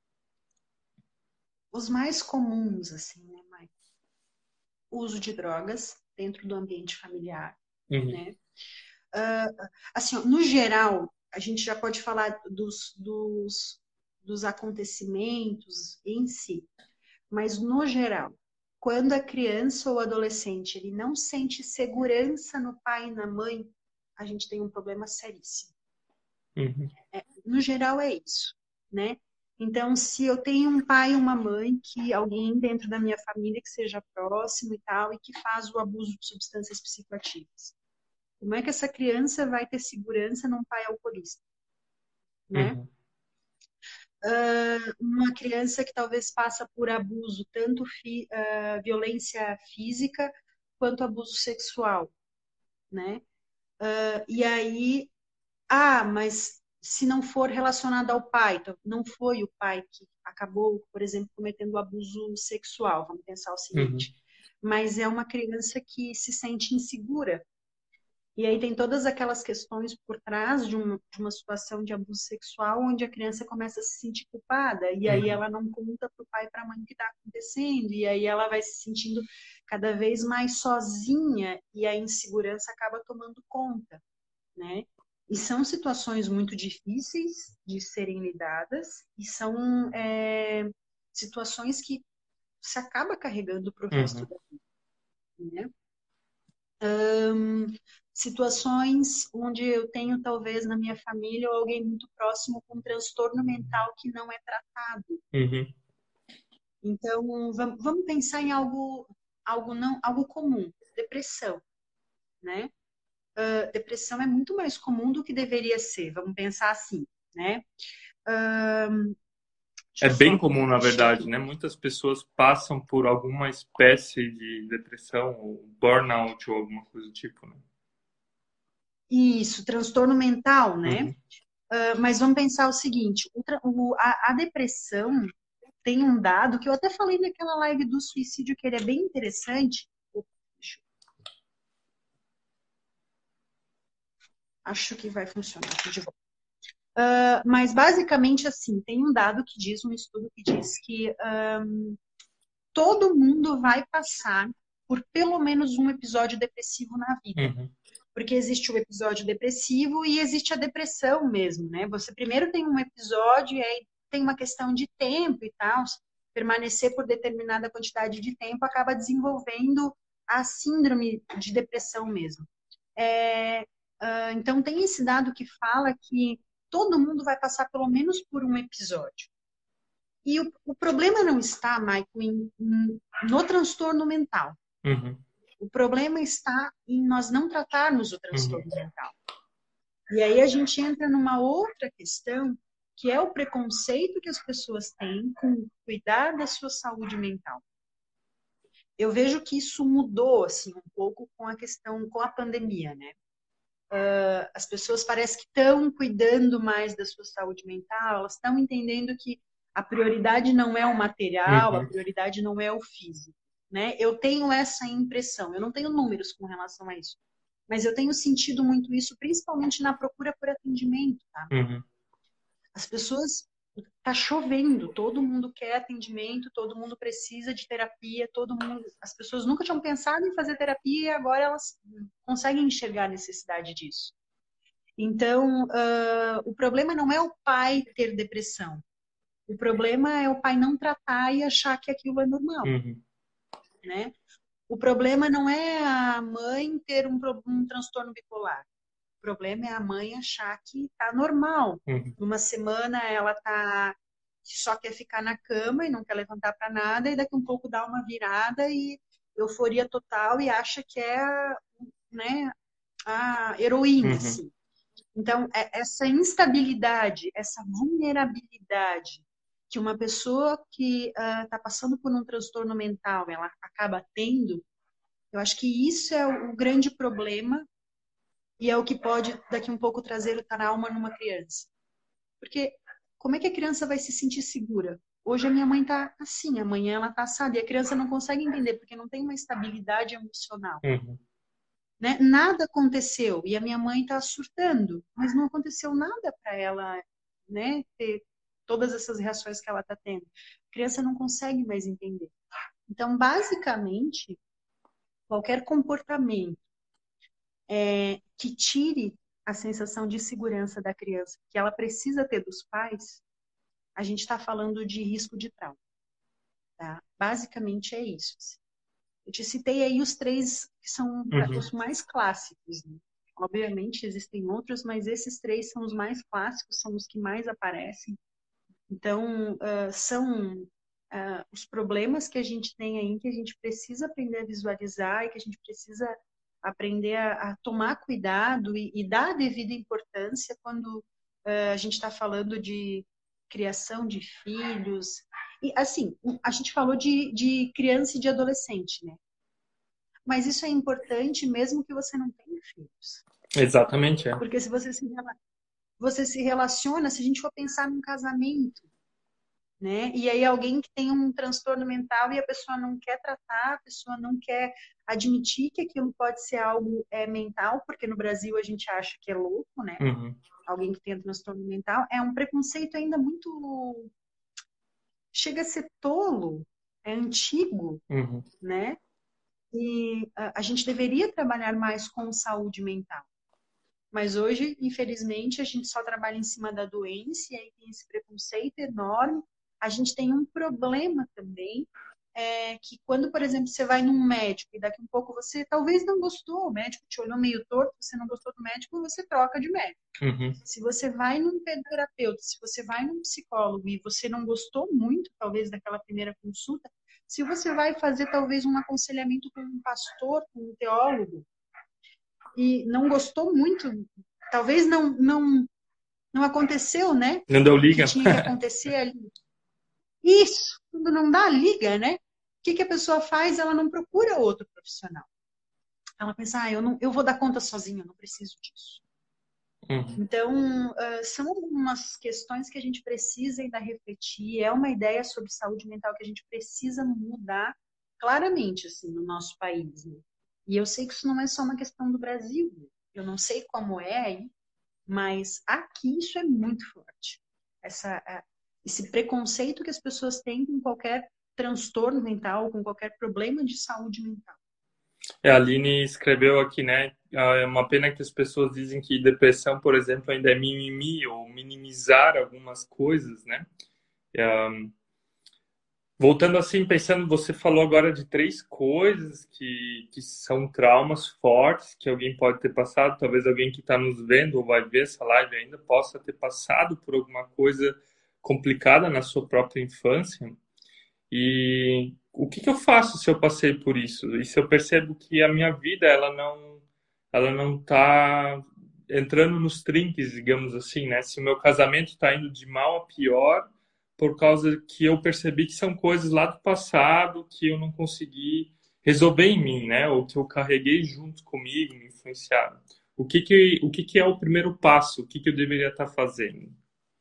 Os mais comuns, assim, né, Mike? O uso de drogas dentro do ambiente familiar, Uhum, né? Uh, assim, no geral, a gente já pode falar dos, dos, dos acontecimentos em si, mas no geral, quando a criança ou adolescente ele não sente segurança no pai e na mãe, a gente tem um problema seríssimo. uhum, É, no geral é isso, né? Então, se eu tenho um pai e uma mãe, que alguém dentro da minha família que seja próximo e tal, e que faz o abuso de substâncias psicoativas, como é que essa criança vai ter segurança num pai alcoolista, né? uhum, Uh, uma criança que talvez passa por abuso, tanto fi, uh, violência física quanto abuso sexual, né? Uh, e aí, ah, mas se não for relacionado ao pai, então não foi o pai que acabou, por exemplo, cometendo abuso sexual, vamos pensar o uhum, seguinte, mas é uma criança que se sente insegura. E aí tem todas aquelas questões por trás de uma, de uma situação de abuso sexual, onde a criança começa a se sentir culpada, e aí uhum, ela não conta para o pai e para a mãe o que está acontecendo, e aí ela vai se sentindo cada vez mais sozinha, e a insegurança acaba tomando conta, né? E são situações muito difíceis de serem lidadas, e são é, situações que se acaba carregando para o resto uhum, da vida, né? Um, situações onde eu tenho, talvez, na minha família ou alguém muito próximo com um transtorno mental que não é tratado. uhum, Então, vamos, vamos pensar em algo, algo, não, algo comum, depressão, né? Uh, depressão é muito mais comum do que deveria ser, vamos pensar assim, né? Um, deixa É eu bem só comum, na puxar verdade, aqui. né? Muitas pessoas passam por alguma espécie de depressão ou burnout ou alguma coisa do tipo, né? Isso, transtorno mental, né? Uhum, Uh, mas vamos pensar o seguinte: o, o, a, a depressão tem um dado que eu até falei naquela live do suicídio, que ele é bem interessante. Acho que vai funcionar aqui de volta. Uh, mas basicamente assim, tem um dado que diz, um estudo que diz que um, todo mundo vai passar por pelo menos um episódio depressivo na vida. uhum, Porque existe o episódio depressivo e existe a depressão mesmo, né? Você primeiro tem um episódio e aí tem uma questão de tempo e tal, permanecer por determinada quantidade de tempo acaba desenvolvendo a síndrome de depressão mesmo. É, uh, então tem esse dado que fala que todo mundo vai passar pelo menos por um episódio. E o, o problema não está, Michael, em, em, no transtorno mental. uhum, O problema está em nós não tratarmos o uhum, transtorno mental. E aí a gente entra numa outra questão, que é o preconceito que as pessoas têm com cuidar da sua saúde mental. eu vejo que isso mudou assim um pouco com a questão, com a pandemia, né? Uh, as pessoas parecem que estão cuidando mais da sua saúde mental, elas estão entendendo que a prioridade não é o material, a Uhum. prioridade não é o físico, né? Eu tenho essa impressão, eu não tenho números com relação a isso, mas eu tenho sentido muito isso, principalmente na procura por atendimento, tá? Uhum. As pessoas, tá chovendo, todo mundo quer atendimento, todo mundo precisa de terapia, todo mundo, as pessoas nunca tinham pensado em fazer terapia e agora elas conseguem enxergar a necessidade disso. Então, uh, o problema não é o pai ter depressão, o problema é o pai não tratar e achar que aquilo é normal, Uhum. né? O problema não é a mãe ter um, um transtorno bipolar. O problema é a mãe achar que tá normal. Uhum. Numa semana ela tá só quer ficar na cama e não quer levantar para nada, e daqui um pouco dá uma virada e euforia total e acha que é, né, a heroína, Uhum. assim. Então, essa instabilidade, essa vulnerabilidade que uma pessoa que está uh, passando por um transtorno mental, ela acaba tendo, eu acho que isso é o grande problema e é o que pode, daqui um pouco, trazer o trauma numa criança. Porque como é que a criança vai se sentir segura? Hoje a minha mãe tá assim, amanhã ela tá assada, e a criança não consegue entender, porque não tem uma estabilidade emocional. Uhum. Né? Nada aconteceu, e a minha mãe tá surtando, mas não aconteceu nada para ela, né, ter todas essas reações que ela tá tendo. A criança não consegue mais entender. Então, basicamente, qualquer comportamento é, que tire a sensação de segurança da criança, que ela precisa ter dos pais, a gente está falando de risco de trauma. Tá? Basicamente é isso. Eu te citei aí os três que são Uhum. os mais clássicos. Né? Obviamente existem outros, mas esses três são os mais clássicos, são os que mais aparecem. Então, uh, são uh, os problemas que a gente tem aí, que a gente precisa aprender a visualizar e que a gente precisa aprender a, a tomar cuidado e, e dar a devida importância quando uh, a gente está falando de criação de filhos. E, assim, a gente falou de, de criança e de adolescente, né? Mas isso é importante mesmo que você não tenha filhos. Exatamente, é. Porque se você se, você se relaciona, se a gente for pensar num casamento, né? E aí alguém que tem um transtorno mental e a pessoa não quer tratar, a pessoa não quer admitir que aquilo pode ser algo é, mental, porque no Brasil a gente acha que é louco, né? Uhum. Alguém que tem um transtorno mental, é um preconceito ainda muito... chega a ser tolo, é antigo, Uhum. né? E a, a gente deveria trabalhar mais com saúde mental. Mas hoje, infelizmente, a gente só trabalha em cima da doença e aí tem esse preconceito enorme. A gente tem um problema também, é que quando, por exemplo, você vai num médico e daqui a um pouco você talvez não gostou, o médico te olhou meio torto, você não gostou do médico, você troca de médico. Uhum. Se você vai num terapeuta, se você vai num psicólogo e você não gostou muito, talvez, daquela primeira consulta, se você vai fazer talvez um aconselhamento com um pastor, com um teólogo, e não gostou muito, talvez não não não aconteceu, né? Não deu O que liga. tinha que acontecer ali. Isso, quando não dá liga, né? O que, que a pessoa faz? Ela não procura outro profissional. Ela pensa, ah, eu, não, eu vou dar conta sozinha, eu não preciso disso. Uhum. Então, uh, são algumas questões que a gente precisa ainda refletir. É uma ideia sobre saúde mental que a gente precisa mudar claramente, assim, no nosso país, né? E eu sei que isso não é só uma questão do Brasil. Né? Eu não sei como é aí, mas aqui isso é muito forte. Essa, esse preconceito que as pessoas têm com qualquer transtorno mental, com qualquer problema de saúde mental. É, a Aline escreveu aqui, né? É uma pena que as pessoas dizem que depressão, por exemplo, ainda é mimimi ou minimizar algumas coisas, né? É, voltando assim, pensando, você falou agora de três coisas que, que são traumas fortes que alguém pode ter passado. Talvez alguém que está nos vendo ou vai ver essa live ainda possa ter passado por alguma coisa complicada na sua própria infância. E o que que eu faço se eu passei por isso? E se eu percebo que a minha vida ela não ela não está entrando nos trinques, digamos assim, né? Se o meu casamento está indo de mal a pior por causa que eu percebi que são coisas lá do passado que eu não consegui resolver em mim, né? Ou que eu carreguei junto comigo, me influenciaram. O que que, o que que é o primeiro passo? O que que eu deveria estar fazendo?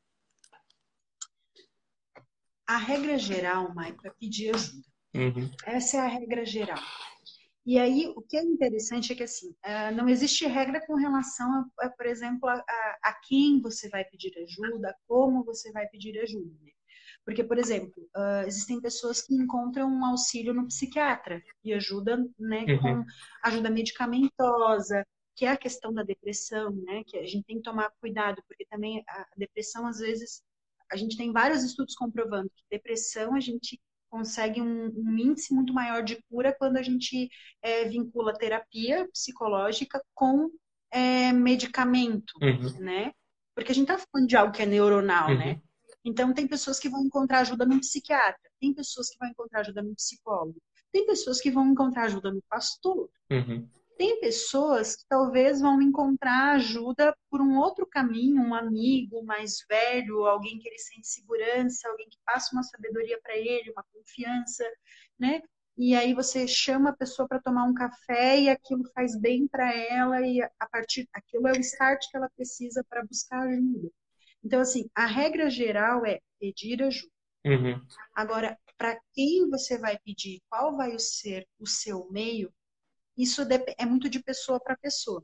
A regra geral, Maico, é pedir ajuda. Uhum, Essa é a regra geral. E aí, o que é interessante é que, assim, ah, não existe regra com relação, a, a, por exemplo, a, a, a quem você vai pedir ajuda, como você vai pedir ajuda, né? Porque, por exemplo, uh, existem pessoas que encontram um auxílio no psiquiatra e ajuda, né, uhum, com ajuda medicamentosa, que é a questão da depressão, né, que a gente tem que tomar cuidado, porque também a depressão, às vezes, a gente tem vários estudos comprovando que depressão a gente consegue um, um índice muito maior de cura quando a gente é, vincula terapia psicológica com é, medicamento, uhum, né? Porque a gente está falando de algo que é neuronal, né? uhum, Então, tem pessoas que vão encontrar ajuda num psiquiatra, tem pessoas que vão encontrar ajuda num psicólogo, tem pessoas que vão encontrar ajuda no pastor, uhum, tem pessoas que talvez vão encontrar ajuda por um outro caminho, um amigo mais velho, alguém que ele sente segurança, alguém que passa uma sabedoria para ele, uma confiança, né? E aí você chama a pessoa para tomar um café e aquilo faz bem para ela e a partir aquilo é o start que ela precisa para buscar ajuda. Então assim, a regra geral é pedir ajuda. uhum, Agora, para quem você vai pedir, qual vai ser o seu meio, isso é muito de pessoa para pessoa,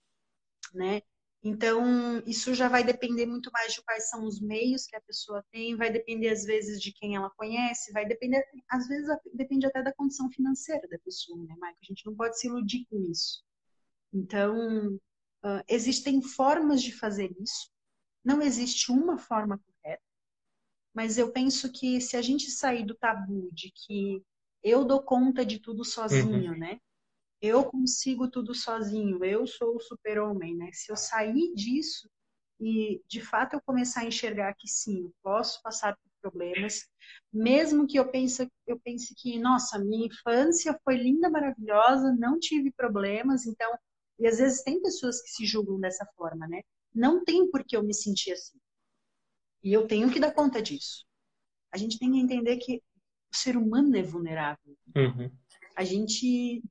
né? Então, isso já vai depender muito mais de quais são os meios que a pessoa tem, vai depender às vezes de quem ela conhece, vai depender, às vezes depende até da condição financeira da pessoa, né, Maicon? A gente não pode se iludir com isso. Então, uh, existem formas de fazer isso, não existe uma forma correta, mas eu penso que se a gente sair do tabu de que eu dou conta de tudo uhum, sozinho, né? Eu consigo tudo sozinho, eu sou o super-homem, né? Se eu sair disso e de fato eu começar a enxergar que sim, eu posso passar por problemas, mesmo que eu pense, eu pense que, nossa, minha infância foi linda, maravilhosa, não tive problemas, então, e às vezes tem pessoas que se julgam dessa forma, né? Não tem por que eu me sentir assim. E eu tenho que dar conta disso. A gente tem que entender que o ser humano é vulnerável. uhum. A gente,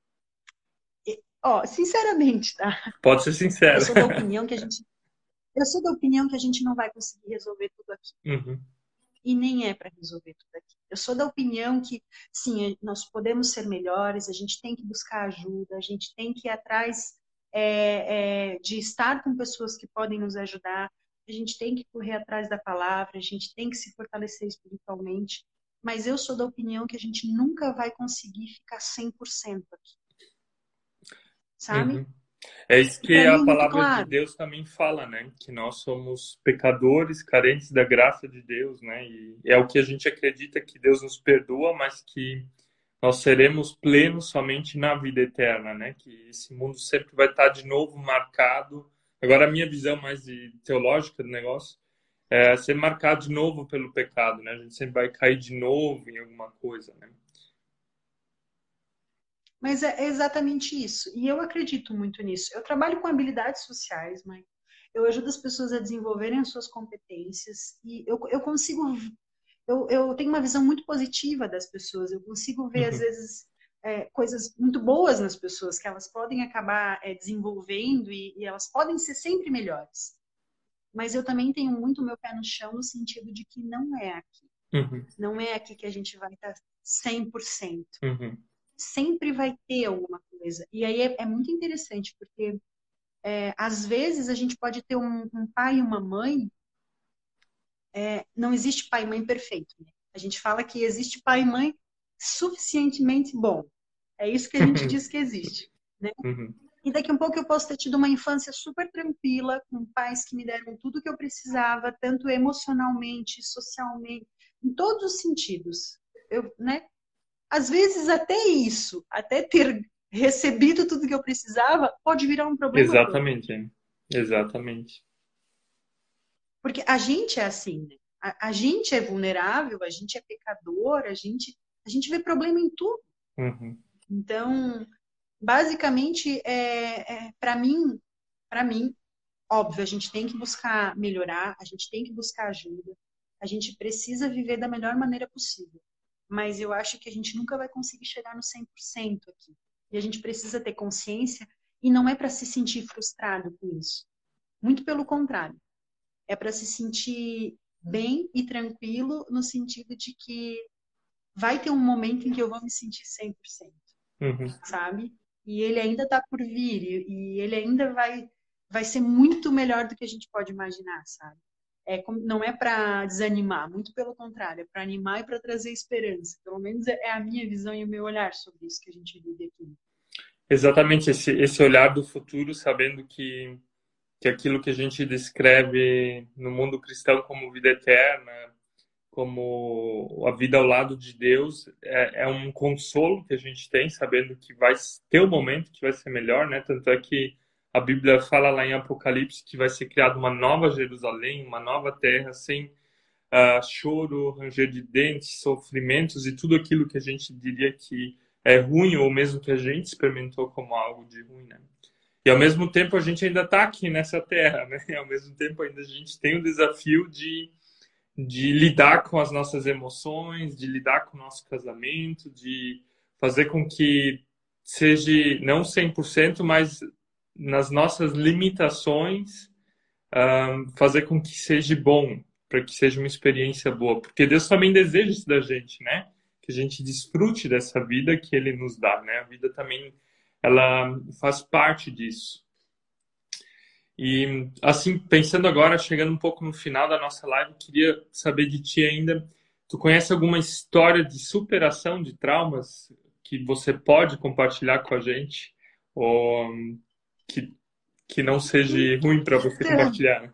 ó, sinceramente, tá? Pode ser Eu sincero. sou da opinião que a gente, eu sou da opinião que a gente não vai conseguir resolver tudo aqui. Uhum, E nem é para resolver tudo aqui. Eu sou da opinião que, sim, nós podemos ser melhores, a gente tem que buscar ajuda, a gente tem que ir atrás é, é, de estar com pessoas que podem nos ajudar, a gente tem que correr atrás da palavra, a gente tem que se fortalecer espiritualmente, mas eu sou da opinião que a gente nunca vai conseguir ficar cem por cento aqui, sabe? uhum. É isso E que para a mim é muito palavra de claro. Deus também fala, né? Que nós somos pecadores, carentes da graça de Deus, né? E é o que a gente acredita que Deus nos perdoa, mas que nós seremos plenos somente na vida eterna, né? Que esse mundo sempre vai estar de novo marcado. Agora, a minha visão mais de teológica do negócio é ser marcado de novo pelo pecado, né? A gente sempre vai cair de novo em alguma coisa, né? Mas é exatamente isso. E eu acredito muito nisso. Eu trabalho com habilidades sociais, mãe. Eu ajudo as pessoas a desenvolverem as suas competências e eu, eu consigo, eu, eu tenho uma visão muito positiva das pessoas. Eu consigo ver, às Uhum, vezes, é, coisas muito boas nas pessoas que elas podem acabar é, desenvolvendo e, e elas podem ser sempre melhores. Mas eu também tenho muito meu pé no chão no sentido de que não é aqui. uhum, Não é aqui que a gente vai estar cem por cento, uhum, sempre vai ter alguma coisa. E aí é, é muito interessante, porque é, às vezes a gente pode ter um, um pai e uma mãe, é, não existe pai e mãe perfeito, né? A gente fala que existe pai e mãe suficientemente bom. É isso que a gente diz que existe, né? uhum. E daqui a um pouco eu posso ter tido uma infância super tranquila, com pais que me deram tudo que eu precisava, tanto emocionalmente, socialmente, em todos os sentidos. Eu, né? Às vezes até isso, até ter recebido tudo que eu precisava, pode virar um problema para outro. Exatamente, é. Exatamente. Porque a gente é assim, né? A, a gente é vulnerável, a gente é pecador, a gente, a gente vê problema em tudo. Uhum, Então, basicamente, é, é, para mim, para mim, óbvio, a gente tem que buscar melhorar, a gente tem que buscar ajuda, a gente precisa viver da melhor maneira possível. mas eu acho que a gente nunca vai conseguir chegar no cem por cento aqui. E a gente precisa ter consciência, e não é para se sentir frustrado com isso. Muito pelo contrário. É para se sentir bem e tranquilo no sentido de que vai ter um momento em que eu vou me sentir cem por cento, Uhum. sabe? E ele ainda está por vir, e, e ele ainda vai, vai ser muito melhor do que a gente pode imaginar, sabe? É, não é para desanimar, muito pelo contrário, é para animar e para trazer esperança. Pelo menos é a minha visão e o meu olhar sobre isso que a gente vive aqui. Exatamente esse, esse olhar do futuro, sabendo que, que aquilo que a gente descreve no mundo cristão como vida eterna, como a vida ao lado de Deus, é, é um consolo que a gente tem, sabendo que vai ter um momento que vai ser melhor, né? Tanto é que a Bíblia fala lá em Apocalipse que vai ser criada uma nova Jerusalém, uma nova terra, sem uh, choro, ranger de dentes, sofrimentos e tudo aquilo que a gente diria que é ruim ou mesmo que a gente experimentou como algo de ruim, né? E ao mesmo tempo a gente ainda está aqui nessa terra, né? E ao mesmo tempo ainda a gente tem o desafio de, de lidar com as nossas emoções, de lidar com o nosso casamento, de fazer com que seja não cem por cento, mas nas nossas limitações, um, fazer com que seja bom, para que seja uma experiência boa. Porque Deus também deseja isso da gente, né? Que a gente desfrute dessa vida que Ele nos dá, né? A vida também, ela faz parte disso. E, assim, pensando agora, chegando um pouco no final da nossa live, queria saber de ti ainda, tu conhece alguma história de superação de traumas que você pode compartilhar com a gente? Ou que, que não seja ruim para você Então, compartilhar?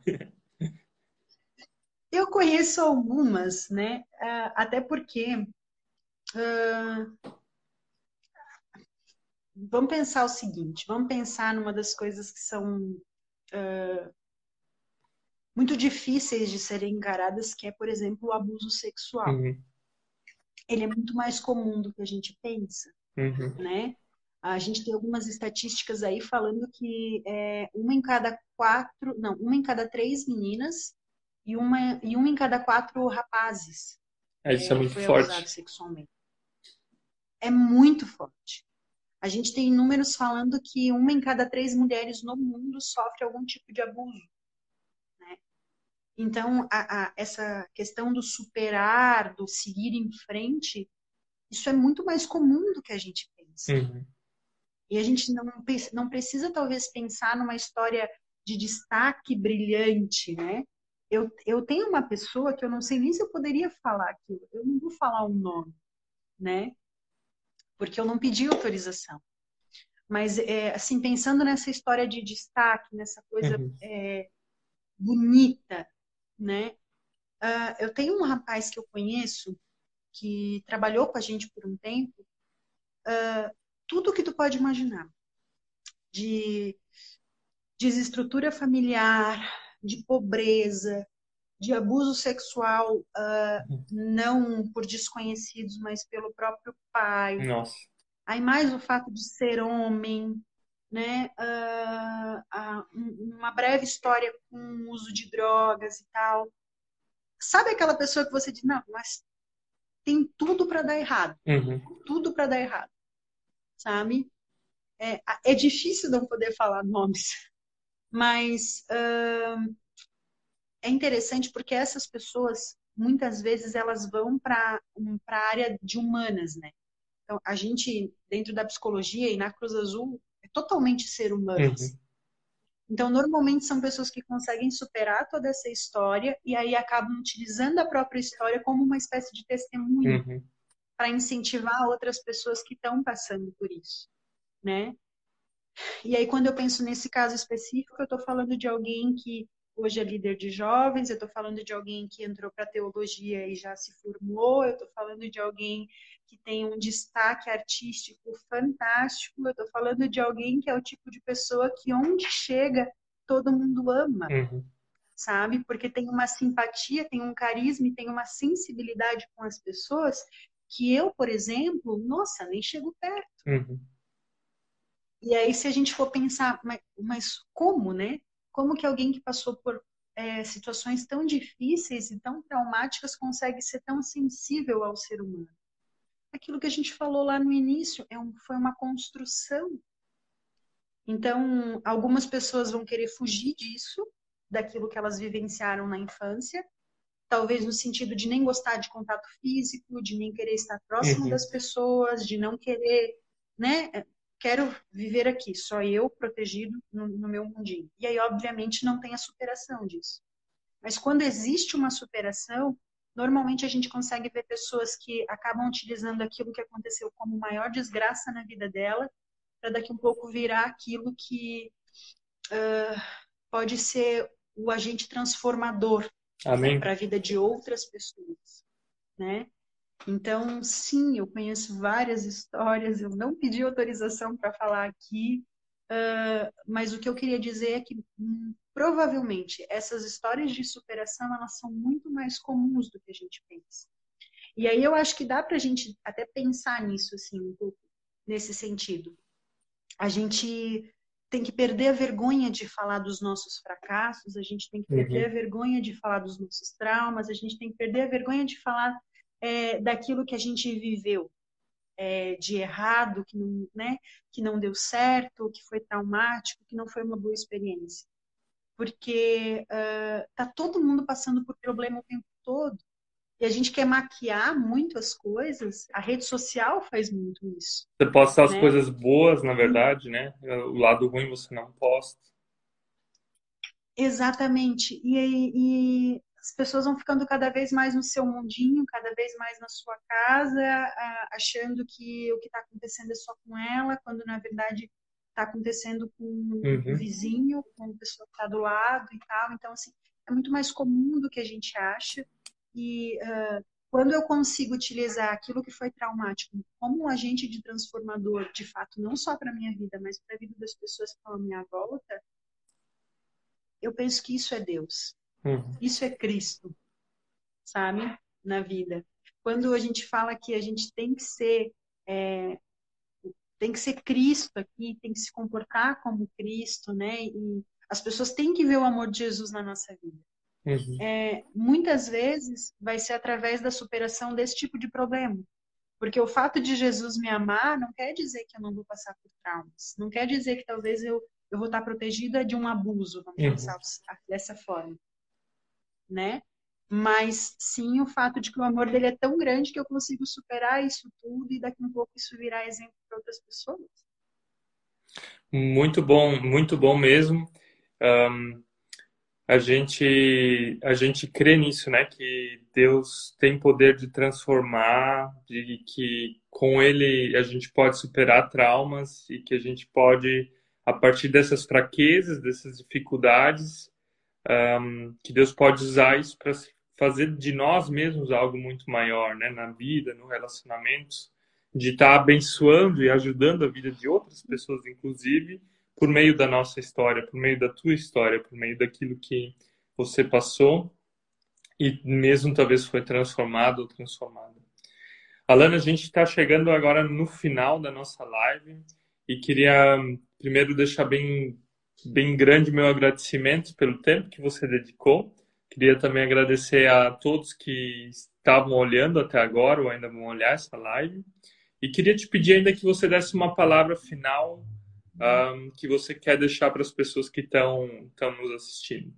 eu conheço algumas, né? Uh, até porque uh, vamos pensar o seguinte, vamos pensar numa das coisas que são uh, muito difíceis de serem encaradas, que é, por exemplo, o abuso sexual. Uhum. Ele é muito mais comum do que a gente pensa, Uhum. né? A gente tem algumas estatísticas aí falando que é, uma em cada quatro, não, uma em cada três meninas e uma, e uma em cada quatro rapazes É, isso é é, muito foi abusado forte. sexualmente. É muito forte. A gente tem números falando que uma em cada três mulheres no mundo sofre algum tipo de abuso. Né? Então, a, a, essa questão do superar, do seguir em frente, isso é muito mais comum do que a gente pensa. Uhum. E a gente não, não precisa, talvez, pensar numa história de destaque brilhante, né? Eu, eu tenho uma pessoa que eu não sei nem se eu poderia falar aqui, eu não vou falar o um nome, né? Porque eu não pedi autorização. Mas, é, assim, pensando nessa história de destaque, nessa coisa Uhum. é, bonita, né? Uh, eu tenho um rapaz que eu conheço que trabalhou com a gente por um tempo, uh, tudo que tu pode imaginar, de desestrutura familiar, de pobreza, de abuso sexual, uh, não por desconhecidos, mas pelo próprio pai. Nossa. Aí mais o fato de ser homem, né? Uh, uh, uma breve história com o uso de drogas e tal. Sabe aquela pessoa que você diz, não, mas tem tudo para dar errado. Uhum. Tudo para dar errado. Sabe? É, é difícil não poder falar nomes, mas uh, é interessante porque essas pessoas, muitas vezes, elas vão para a área de humanas, né? Então, a gente, dentro da psicologia e na Cruz Azul, é totalmente ser humanas. Uhum. Então, normalmente são pessoas que conseguem superar toda essa história e aí acabam utilizando a própria história como uma espécie de testemunho Uhum. para incentivar outras pessoas que estão passando por isso, né? E aí, quando eu penso nesse caso específico, eu estou falando de alguém que hoje é líder de jovens, eu estou falando de alguém que entrou para teologia e já se formou, eu estou falando de alguém que tem um destaque artístico fantástico, eu estou falando de alguém que é o tipo de pessoa que onde chega, todo mundo ama, Uhum. sabe? Porque tem uma simpatia, tem um carisma e tem uma sensibilidade com as pessoas que eu, por exemplo, nossa, nem chego perto. Uhum. E aí, se a gente for pensar, mas, mas como, né? Como que alguém que passou por é, situações tão difíceis e tão traumáticas consegue ser tão sensível ao ser humano? aquilo que a gente falou lá no início, é um, foi uma construção. Então, algumas pessoas vão querer fugir disso, daquilo que elas vivenciaram na infância, talvez no sentido de nem gostar de contato físico, de nem querer estar próximo Uhum. das pessoas, de não querer, né? Quero viver aqui, só eu protegido no, no meu mundinho. E aí, obviamente, não tem a superação disso. Mas quando existe uma superação, normalmente a gente consegue ver pessoas que acabam utilizando aquilo que aconteceu como maior desgraça na vida dela, para daqui um pouco virar aquilo que uh, pode ser o agente transformador Amém. para a vida de outras pessoas, né? Então, sim, eu conheço várias histórias, eu não pedi autorização para falar aqui, uh, mas o que eu queria dizer é que hum, provavelmente essas histórias de superação, elas são muito mais comuns do que a gente pensa. E aí eu acho que dá para a gente até pensar nisso, assim, um pouco, nesse sentido. A gente tem que perder a vergonha de falar dos nossos fracassos, a gente tem que perder Uhum. a vergonha de falar dos nossos traumas, a gente tem que perder a vergonha de falar é, daquilo que a gente viveu, é, de errado, que não, né, que não deu certo, que foi traumático, que não foi uma boa experiência. Porque uh, tá todo mundo passando por problema o tempo todo. E a gente quer maquiar muito as coisas, a rede social faz muito isso, Você posta as né? coisas boas, na verdade, né? O lado ruim você não posta. Exatamente. E, e as pessoas vão ficando cada vez mais no seu mundinho, cada vez mais na sua casa, achando que o que está acontecendo é só com ela, quando na verdade está acontecendo com o Uhum. vizinho, com a pessoa que está do lado e tal. Então, assim, é muito mais comum do que a gente acha. E uh, quando eu consigo utilizar aquilo que foi traumático como um agente de transformador, de fato, não só para a minha vida, mas para a vida das pessoas que estão à minha volta, eu penso que isso é Deus. Uhum. Isso é Cristo, sabe? Na vida. Quando a gente fala que a gente tem que ser, é, tem que ser Cristo aqui, tem que se comportar como Cristo, né? E as pessoas têm que ver o amor de Jesus na nossa vida. Uhum. É, muitas vezes vai ser através da superação desse tipo de problema. Porque o fato de Jesus me amar não quer dizer que eu não vou passar por traumas. Não quer dizer que talvez eu, eu vou estar protegida de um abuso, vamos Uhum. pensar dessa forma, né? Mas sim o fato de que o amor dele é tão grande que eu consigo superar isso tudo e daqui a um pouco isso virar exemplo para outras pessoas. Muito bom, muito bom mesmo. Um, a gente, a gente crê nisso, né? Que Deus tem poder de transformar, de que com Ele a gente pode superar traumas e que a gente pode, a partir dessas fraquezas, dessas dificuldades, um, que Deus pode usar isso para fazer de nós mesmos algo muito maior, né? Na vida, no relacionamento, de estar abençoando e ajudando a vida de outras pessoas, inclusive, por meio da nossa história, por meio da tua história, por meio daquilo que você passou e mesmo talvez foi transformado ou transformada. Alana, a gente está chegando agora no final da nossa live e queria primeiro deixar bem, bem grande meu agradecimento pelo tempo que você dedicou. Queria também agradecer a todos que estavam olhando até agora ou ainda vão olhar essa live. E queria te pedir ainda que você desse uma palavra final um, que você quer deixar para as pessoas que estão estão nos assistindo.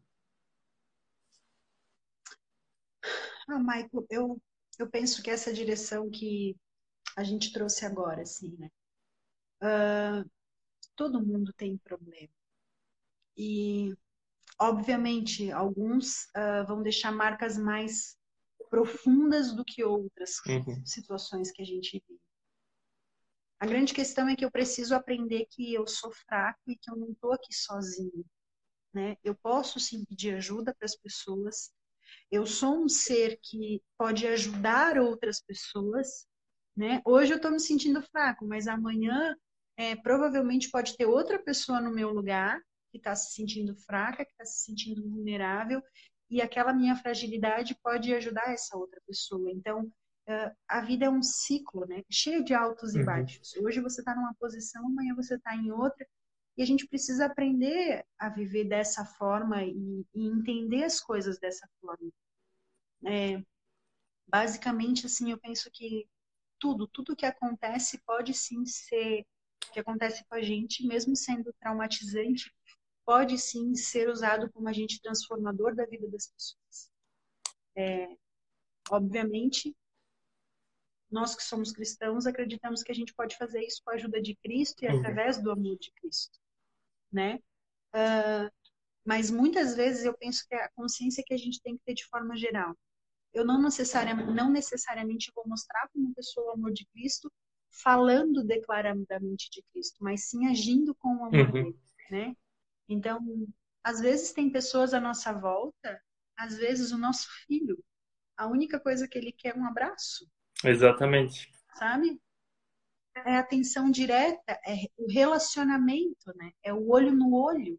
Ah, Michael, eu, eu penso que essa direção que a gente trouxe agora, assim, né? Uh, todo mundo tem problema. E, obviamente, alguns uh, vão deixar marcas mais profundas do que outras Uhum. situações que a gente vive. A grande questão é que eu preciso aprender que eu sou fraco e que eu não estou aqui sozinho, né? Eu posso sim pedir ajuda para as pessoas. Eu sou um ser que pode ajudar outras pessoas, né? Hoje eu estou me sentindo fraco, mas amanhã é, provavelmente pode ter outra pessoa no meu lugar que está se sentindo fraca, que está se sentindo vulnerável, e aquela minha fragilidade pode ajudar essa outra pessoa. Então, uh, a vida é um ciclo, né? Cheio de altos e Uhum. baixos. Hoje você está numa posição, amanhã você está em outra, e a gente precisa aprender a viver dessa forma e, e entender as coisas dessa forma. É, basicamente, assim, eu penso que tudo, tudo que acontece pode sim ser, que acontece com a gente, mesmo sendo traumatizante, pode sim ser usado como agente transformador da vida das pessoas. É, obviamente, nós que somos cristãos acreditamos que a gente pode fazer isso com a ajuda de Cristo e Uhum. através do amor de Cristo, né? Uh, mas muitas vezes eu penso que a consciência que a gente tem que ter de forma geral. Eu não necessariamente, não necessariamente vou mostrar para uma pessoa o amor de Cristo falando declaradamente de Cristo, mas sim agindo com o amor Uhum. dele, né? Então, às vezes tem pessoas à nossa volta, às vezes o nosso filho, a única coisa que ele quer é um abraço, Exatamente. sabe? É a atenção direta, é o relacionamento, né? É o olho no olho.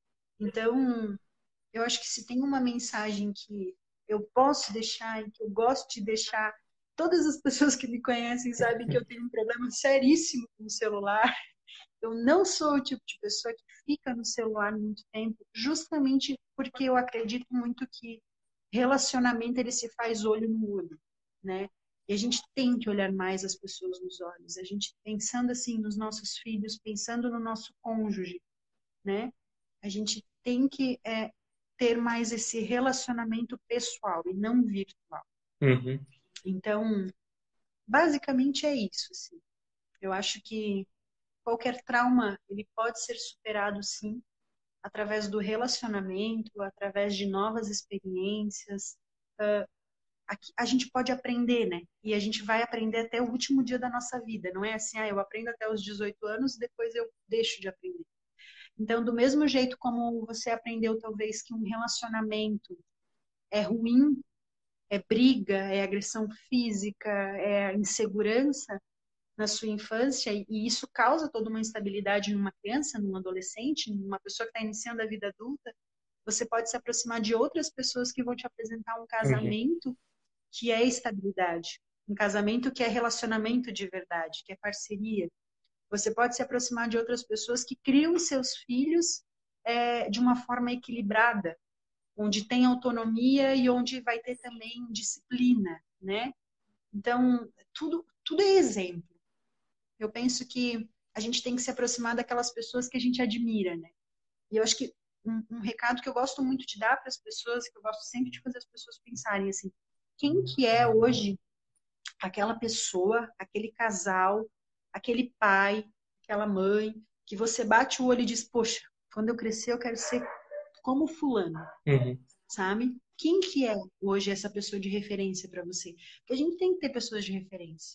Então, eu acho que se tem uma mensagem que eu posso deixar e que eu gosto de deixar, todas as pessoas que me conhecem sabem que eu tenho um problema seríssimo com o celular. Eu não sou o tipo de pessoa que fica no celular muito tempo, justamente porque eu acredito muito que relacionamento ele se faz olho no olho, né? E a gente tem que olhar mais as pessoas nos olhos. A gente pensando assim nos nossos filhos, pensando no nosso cônjuge, né? A gente tem que é, ter mais esse relacionamento pessoal e não virtual. Uhum. Então, basicamente é isso, assim. Eu acho que qualquer trauma, ele pode ser superado, sim, através do relacionamento, através de novas experiências. Uh, aqui, a gente pode aprender, né? E a gente vai aprender até o último dia da nossa vida. Não é assim, ah, eu aprendo até os dezoito anos e depois eu deixo de aprender. Então, do mesmo jeito como você aprendeu, talvez, que um relacionamento é ruim, é briga, é agressão física, é insegurança na sua infância, e isso causa toda uma instabilidade numa criança, num adolescente, numa pessoa que está iniciando a vida adulta, você pode se aproximar de outras pessoas que vão te apresentar um casamento uhum. que é estabilidade, um casamento que é relacionamento de verdade, que é parceria. Você pode se aproximar de outras pessoas que criam seus filhos é, de uma forma equilibrada, onde tem autonomia e onde vai ter também disciplina, né? Então, tudo, tudo é exemplo. Eu penso que a gente tem que se aproximar daquelas pessoas que a gente admira, né? E eu acho que um, um recado que eu gosto muito de dar para as pessoas, que eu gosto sempre de fazer as pessoas pensarem assim, quem que é hoje aquela pessoa, aquele casal, aquele pai, aquela mãe, que você bate o olho e diz, poxa, quando eu crescer eu quero ser como fulano, uhum. sabe? Quem que é hoje essa pessoa de referência para você? Porque a gente tem que ter pessoas de referência.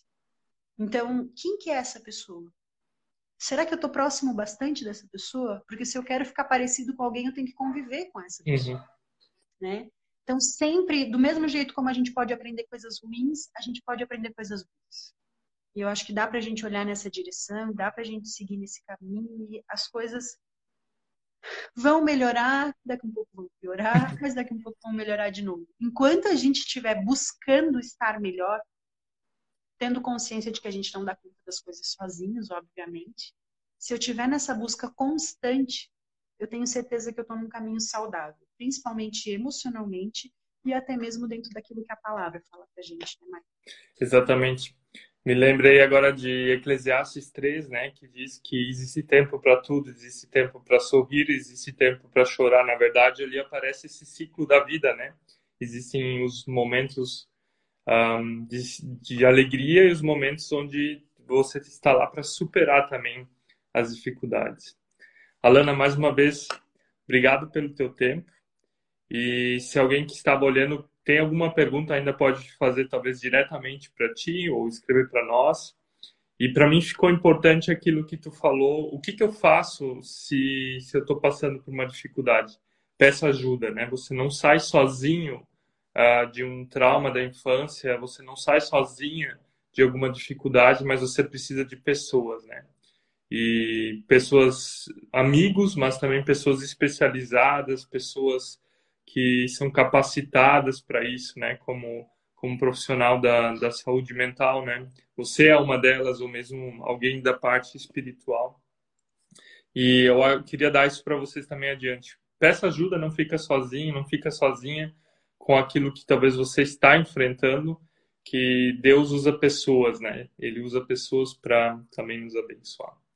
Então, quem que é essa pessoa? Será que eu estou próximo bastante dessa pessoa? Porque se eu quero ficar parecido com alguém, eu tenho que conviver com essa pessoa, uhum. né? Então, sempre, do mesmo jeito como a gente pode aprender coisas ruins, a gente pode aprender coisas boas. E eu acho que dá pra gente olhar nessa direção, dá pra gente seguir nesse caminho e as coisas vão melhorar, daqui a um pouco vão piorar, mas daqui a um pouco vão melhorar de novo. Enquanto a gente estiver buscando estar melhor, tendo consciência de que a gente não dá conta das coisas sozinhos, obviamente, se eu estiver nessa busca constante, eu tenho certeza que eu estou num caminho saudável, principalmente emocionalmente e até mesmo dentro daquilo que a palavra fala pra gente, né, Maria? Exatamente. Me lembrei agora de Eclesiastes três, né, que diz que existe tempo para tudo, existe tempo para sorrir, existe tempo para chorar. Na verdade, ali aparece esse ciclo da vida, né? Existem os momentos um, de, de alegria e os momentos onde você está lá para superar também as dificuldades. Alana, mais uma vez, obrigado pelo teu tempo. E se alguém que estava olhando tem alguma pergunta, ainda pode fazer talvez diretamente para ti ou escrever para nós. E para mim ficou importante aquilo que tu falou. O que, que eu faço se, se eu estou passando por uma dificuldade? Peça ajuda, né? Você não sai sozinho uh, de um trauma da infância, você não sai sozinha de alguma dificuldade, mas você precisa de pessoas, né? E pessoas, amigos, mas também pessoas especializadas, pessoas que são capacitadas para isso, né? Como, como profissional da, da saúde mental, né? Você é uma delas, ou mesmo alguém da parte espiritual. E eu queria dar isso para vocês também adiante. Peça ajuda, não fica sozinho, não fica sozinha com aquilo que talvez você está enfrentando, que Deus usa pessoas, né? Ele usa pessoas para também nos abençoar.